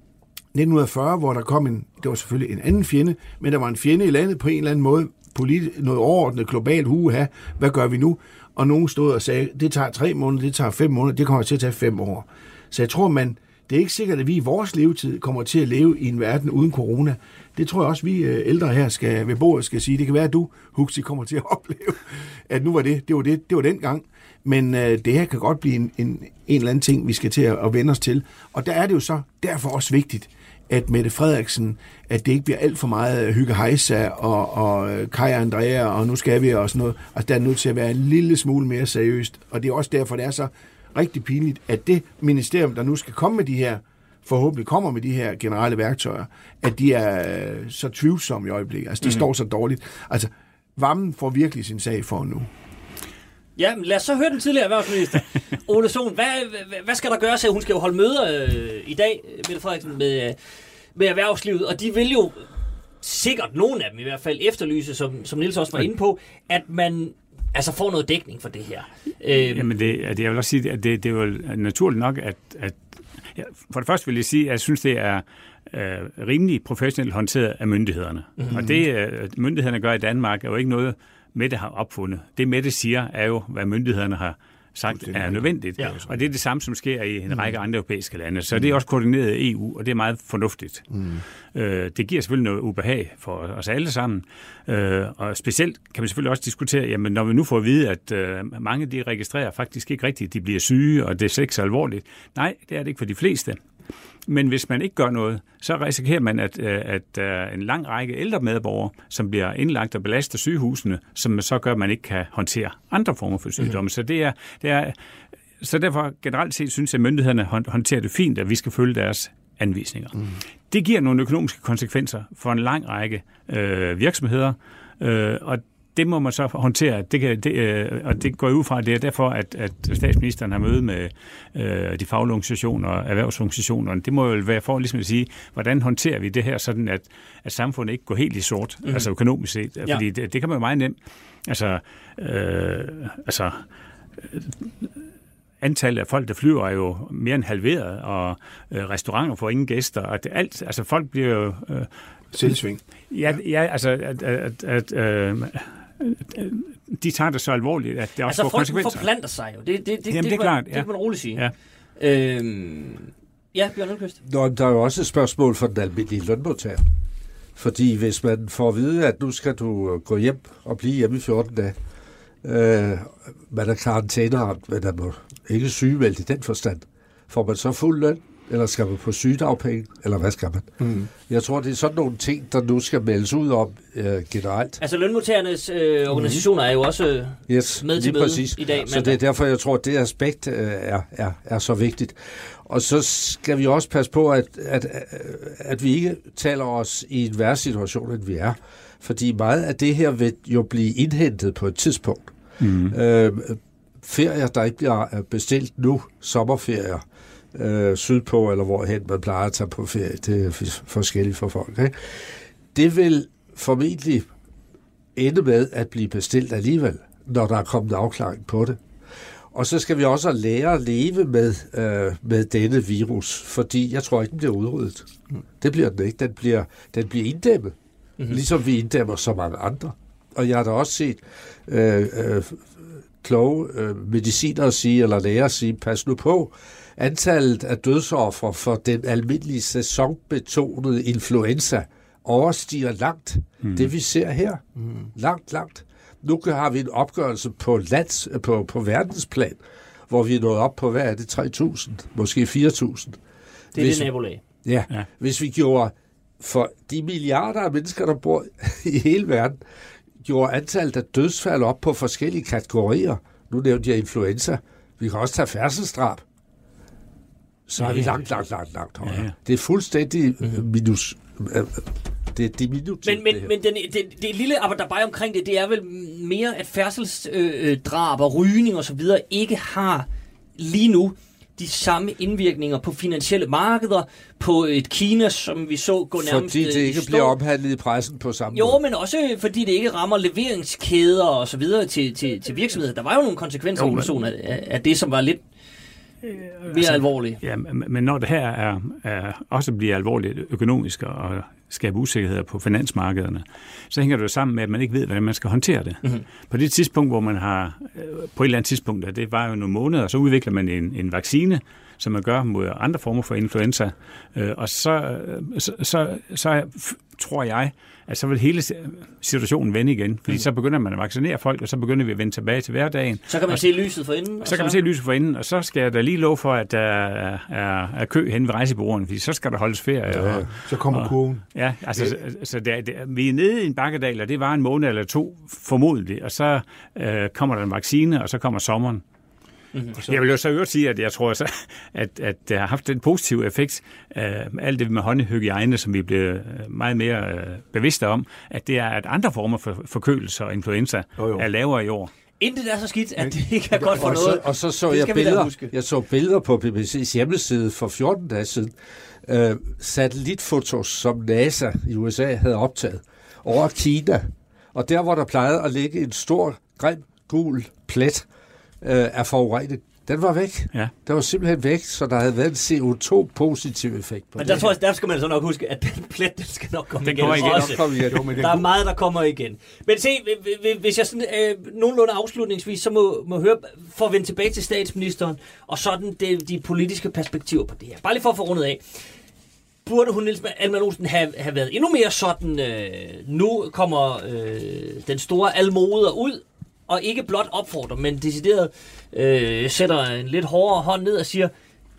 nitten fyrre, hvor der kom en, det var selvfølgelig en anden fjende, men der var en fjende i landet på en eller anden måde, politi- noget overordnet globalt huha, hvad gør vi nu? Og nogen stod og sagde, det tager tre måneder, det tager fem måneder, det kommer til at tage fem år. Så jeg tror, man, det er ikke sikkert, at vi i vores levetid kommer til at leve i en verden uden corona. Det tror jeg også, vi ældre her skal, ved bordet skal sige. Det kan være, at du, Huxi, kommer til at opleve, at nu var det, det var det, det var den gang. Men øh, det her kan godt blive en, en, en eller anden ting, vi skal til at, at vende os til. Og der er det jo så derfor også vigtigt, at Mette Frederiksen, at det ikke bliver alt for meget hygge hejsa og, og Kaj og Andrea, og nu skal vi og sådan noget. Altså, der er nødt til at være en lille smule mere seriøst. Og det er også derfor, det er så rigtig pinligt, at det ministerium, der nu skal komme med de her, forhåbentlig kommer med de her generelle værktøjer, at de er så tvivlsomme i øjeblikket. Altså, de mm-hmm. står så dårligt. Altså, Vammen får virkelig sin sag for nu. Ja, men lad os så høre den tidligere erhvervsminister. Ole Sohn, hvad, hvad, hvad skal der gøres her? Hun skal jo holde møder øh, i dag, Mette Frederiksen, med, med erhvervslivet, og de vil jo sikkert, nogen af dem i hvert fald, efterlyse, som, som Niels også var inde på, at man altså får noget dækning for det her. Øh, Jamen, det, det, jeg vil også sige, at det, det er jo naturligt nok, at, at ja, for det første vil jeg sige, at jeg synes, det er øh, rimelig professionelt håndteret af myndighederne. Mm-hmm. Og det, øh, myndighederne gør i Danmark, er jo ikke noget, Mette har opfundet. Det Mette siger, er jo, hvad myndighederne har sagt er nødvendigt. Ja. Og det er det samme, som sker i en række andre europæiske lande. Så det er også koordineret af E U, og det er meget fornuftigt. Mm. Øh, det giver selvfølgelig noget ubehag for os alle sammen. Øh, og specielt kan vi selvfølgelig også diskutere, jamen når vi nu får at vide, at øh, mange de registrerer faktisk ikke rigtigt, de bliver syge, og det er ikke så alvorligt. Nej, det er det ikke for de fleste. Men hvis man ikke gør noget, så risikerer man, at, at der er en lang række ældre medborgere, som bliver indlagt og belaster sygehusene, som så gør, at man ikke kan håndtere andre former for sygdomme. Mm. Så, det er, det er, så derfor generelt set synes jeg, at myndighederne håndterer det fint, at vi skal følge deres anvisninger. Mm. Det giver nogle økonomiske konsekvenser for en lang række øh, virksomheder, øh, og det må man så håndtere, det kan, det, øh, og det går ud fra, det er derfor, at, at statsministeren har møde med øh, de faglige organisationer og erhvervsorganisationerne. Det må jo være for ligesom at sige, hvordan håndterer vi det her, sådan at, at samfundet ikke går helt i sort, mm. altså økonomisk set. Ja. Fordi det, det kan man jo meget nemt. Altså, øh, altså øh, antallet af folk, der flyver, er jo mere end halveret, og øh, restauranter får ingen gæster, og det, alt, altså folk bliver jo... Øh, Selvsving. Ja, ja, altså, at, at, at øh, de tager det så alvorligt, at det også altså, får konsekvenser. Altså, folk forplanter sig jo. Det, det, det, Jamen, det, det er klart, det, ja. det kan man roligt sige. Ja, øhm, ja Bjørn Lundqvist. Nå, der er jo også et spørgsmål for den almindelige lønmodtager. Fordi hvis man får at vide, at nu skal du gå hjem og blive hjemme i fjorten dage, øh, man er karantæneramt, men er man ikke sygemeldt i den forstand, får man så fuld løn? Eller skal man på sygedagpenge? Eller hvad skal man? Mm. Jeg tror, det er sådan nogle ting, der nu skal meldes ud om øh, generelt. Altså lønmodtagernes øh, organisationer mm. er jo også yes, med til møde i dag. Så det er derfor, jeg tror, at det aspekt øh, er, er, er så vigtigt. Og så skal vi også passe på, at, at, at vi ikke taler os i en værre situation, end vi er. Fordi meget af det her vil jo blive indhentet på et tidspunkt. Mm. Øh, ferier, der ikke bliver bestilt nu, sommerferier, øh, sydpå eller hvorhen man plejer at tage på ferie, det er forskelligt for folk, ikke? Det vil formentlig ende med at blive bestilt alligevel, når der er kommet afklaring på det. Og så skal vi også lære at leve med, øh, med denne virus, fordi jeg tror ikke, den bliver udryddet. Det bliver den ikke. Den bliver, den bliver inddæmmet, mm-hmm. ligesom vi inddæmmer så mange andre. Og jeg har da også set øh, øh, kloge øh, medicinere sige, eller læger sige, pas nu på, antallet af dødsoffer for den almindelige sæsonbetonede influenza overstiger langt mm. det, vi ser her. Mm. Langt, langt. Nu har vi en opgørelse på, lands, på, på verdensplan, hvor vi er nået op på, hvad er det, tre tusind, måske fire tusind. Det er hvis, det nabolag. Ja, ja, hvis vi gjorde for de milliarder af mennesker, der bor i hele verden, gjorde antallet af dødsfald op på forskellige kategorier. Nu nævnte jeg influenza. Vi kan også tage færdselsdrab. Så er ja, vi langt, langt, langt, langt højere. Ja, ja. Det er fuldstændig mm-hmm. minus... Det er diminutivt. Men, men, men den, det, det lille arbejde omkring det, det er vel mere, at færdselsdrab og rygning og så videre ikke har lige nu de samme indvirkninger på finansielle markeder, på et Kina, som vi så gå nærmest... Fordi det ikke bliver omhandlet i pressen på samme jo, måde. Jo, men også fordi det ikke rammer leveringskæder og så videre til, til, til virksomheder. Der var jo nogle konsekvenser jo, men... af, af det, som var lidt mere altså, alvorligt. Ja, men når det her er, er også bliver alvorligt økonomisk og skaber usikkerheder på finansmarkederne, så hænger det jo sammen med, at man ikke ved, hvordan man skal håndtere det. Mm-hmm. På det tidspunkt, hvor man har, på et eller andet tidspunkt, det var jo nogle måneder, så udvikler man en, en vaccine, som man gør mod andre former for influenza, og så, så, så, så tror jeg, at så vil hele situationen vende igen, fordi mm. så begynder man at vaccinere folk, og så begynder vi at vende tilbage til hverdagen. Så kan man og, se lyset for enden. Så, så kan man se lyset for enden, og så skal jeg da lige love for, at der er, er, er kø hen ved rejsebureauerne, fordi så skal der holdes ferie. Ja, og, så kommer og, kurven. Ja, altså, så, så der, der, vi er nede i en bakkedal, og det var en måned eller to formodentlig, og så øh, kommer der en vaccine, og så kommer sommeren. Mm-hmm. Jeg vil jo så øvrigt sige, at jeg tror, så, at, at det har haft den positive effekt af alt det med håndhygiejne, som vi bliver meget mere øh, bevidste om, at det er, at andre former for forkølelse og influenza jo, jo. er lavere i år. Intet er så skidt, at det ikke er godt for og noget. Så, og så så jeg billeder, jeg så billeder på B B C's hjemmeside for fjorten dage siden. Øh, satellitfotos, som NASA i U S A havde optaget over Kina. Og der, hvor der plejede at ligge en stor, grim, gul plet øh, af forurening, den var væk. Ja. Den var simpelthen væk, så der havde været en C O to positiv effekt på. Men det. der tror jeg, der skal man så nok huske, at den plet, den skal nok komme den igen. igen. Også. Kom igen. Jo, men der er meget, der kommer igen. Men se, hvis jeg sådan, øh, nogenlunde afslutningsvis, så må, må høre, for at vende tilbage til statsministeren, og sådan de, de politiske perspektiver på det her. Bare lige for at få rundet af. Burde hun, Niels Alman Olsen, have, have været endnu mere sådan, øh, nu kommer øh, den store almoder ud, og ikke blot opfordrer, men decideret øh, sætter en lidt hårdere hånd ned og siger,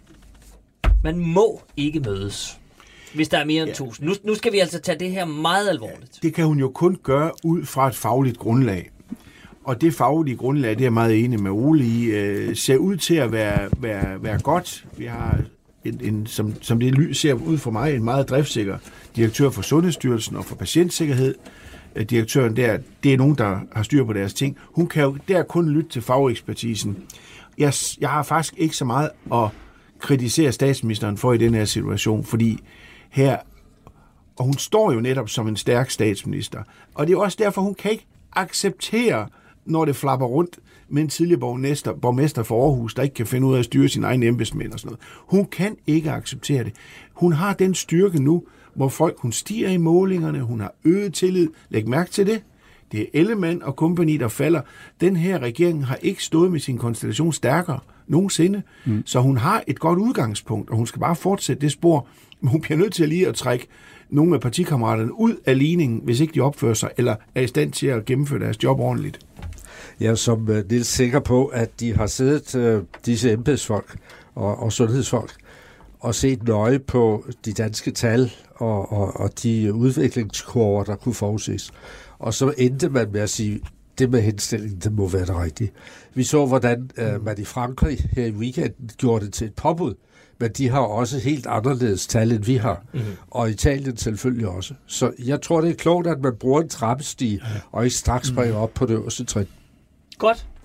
man må ikke mødes, hvis der er mere end ja. tusind. Nu, nu skal vi altså tage det her meget alvorligt. Det kan hun jo kun gøre ud fra et fagligt grundlag. Og det faglige grundlag, det er jeg meget enig med Ole i, øh, ser ud til at være, være, være godt. Vi har, en, en, som, som det ser ud for mig, en meget driftsikker direktør for Sundhedsstyrelsen og for patientsikkerhed. Direktøren der, det er nogen, der har styr på deres ting. Hun kan jo der kun lytte til fagekspertisen. Jeg, jeg har faktisk ikke så meget at kritisere statsministeren for i den her situation, fordi her, og hun står jo netop som en stærk statsminister, og det er også derfor, hun kan ikke acceptere, når det flapper rundt med en tidligere borgmester, borgmester for Aarhus, der ikke kan finde ud af at styre sine egne embedsmænd og sådan noget. Hun kan ikke acceptere det. Hun har den styrke nu, hvor folk, hun stiger i målingerne, hun har øget tillid. Læg mærke til det. Det er Ellemann og kompagni, der falder. Den her regering har ikke stået med sin konstellation stærkere nogensinde, mm. så hun har et godt udgangspunkt, og hun skal bare fortsætte det spor. Men hun bliver nødt til lige at trække nogle af partikammeraterne ud af ligningen, hvis ikke de opfører sig, eller er i stand til at gennemføre deres job ordentligt. Jeg er som uh, lidt sikker på, at de har siddet, uh, disse embedsfolk og, og sundhedsfolk, og set nøje på de danske tal og, og, og de udviklingskurver, der kunne forudses. Og så endte man med at sige, det med henstillingen, det må være det rigtige. Vi så, hvordan uh, man i Frankrig her i weekenden gjorde det til et påbud, men de har også helt anderledes tal, end vi har. Mm-hmm. Og Italien selvfølgelig også. Så jeg tror, det er klogt, at man bruger en trappestige, ja. og ikke straks springer op på det øverste trin. Godt.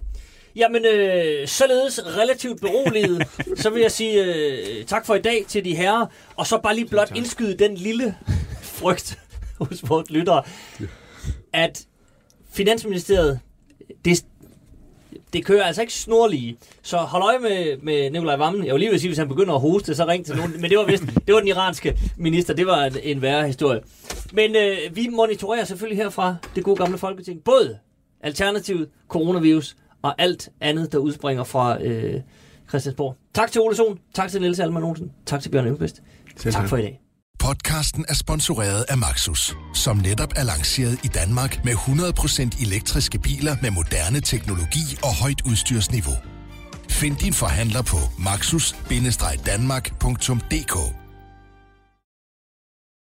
Jamen, øh, således relativt beroliget, så vil jeg sige øh, tak for i dag til de herrer, og så bare lige blot indskyde den lille frygt hos vores lyttere, at Finansministeriet, det, det kører altså ikke snorlige. Så hold øje med, med Nikolaj Wammen. Jeg vil lige vil sige, hvis han begynder at hoste, så ring til nogen. Men det var vist, det var den iranske minister. Det var en, en værre historie. Men øh, vi monitorerer selvfølgelig herfra det gode gamle Folketing. Både Alternativet, coronavirus og alt andet, der udspringer fra øh, Christiansborg. Tak til Ole Sohn. Tak til Niels Alman Olsen. Tak til Bjørn Elmqvist. Tak for i dag. Podcasten er sponsoreret af Maxus, som netop er lanceret i Danmark med hundrede procent elektriske biler med moderne teknologi og højt udstyrsniveau. Find din forhandler på maxus bindestreg danmark punktum d k.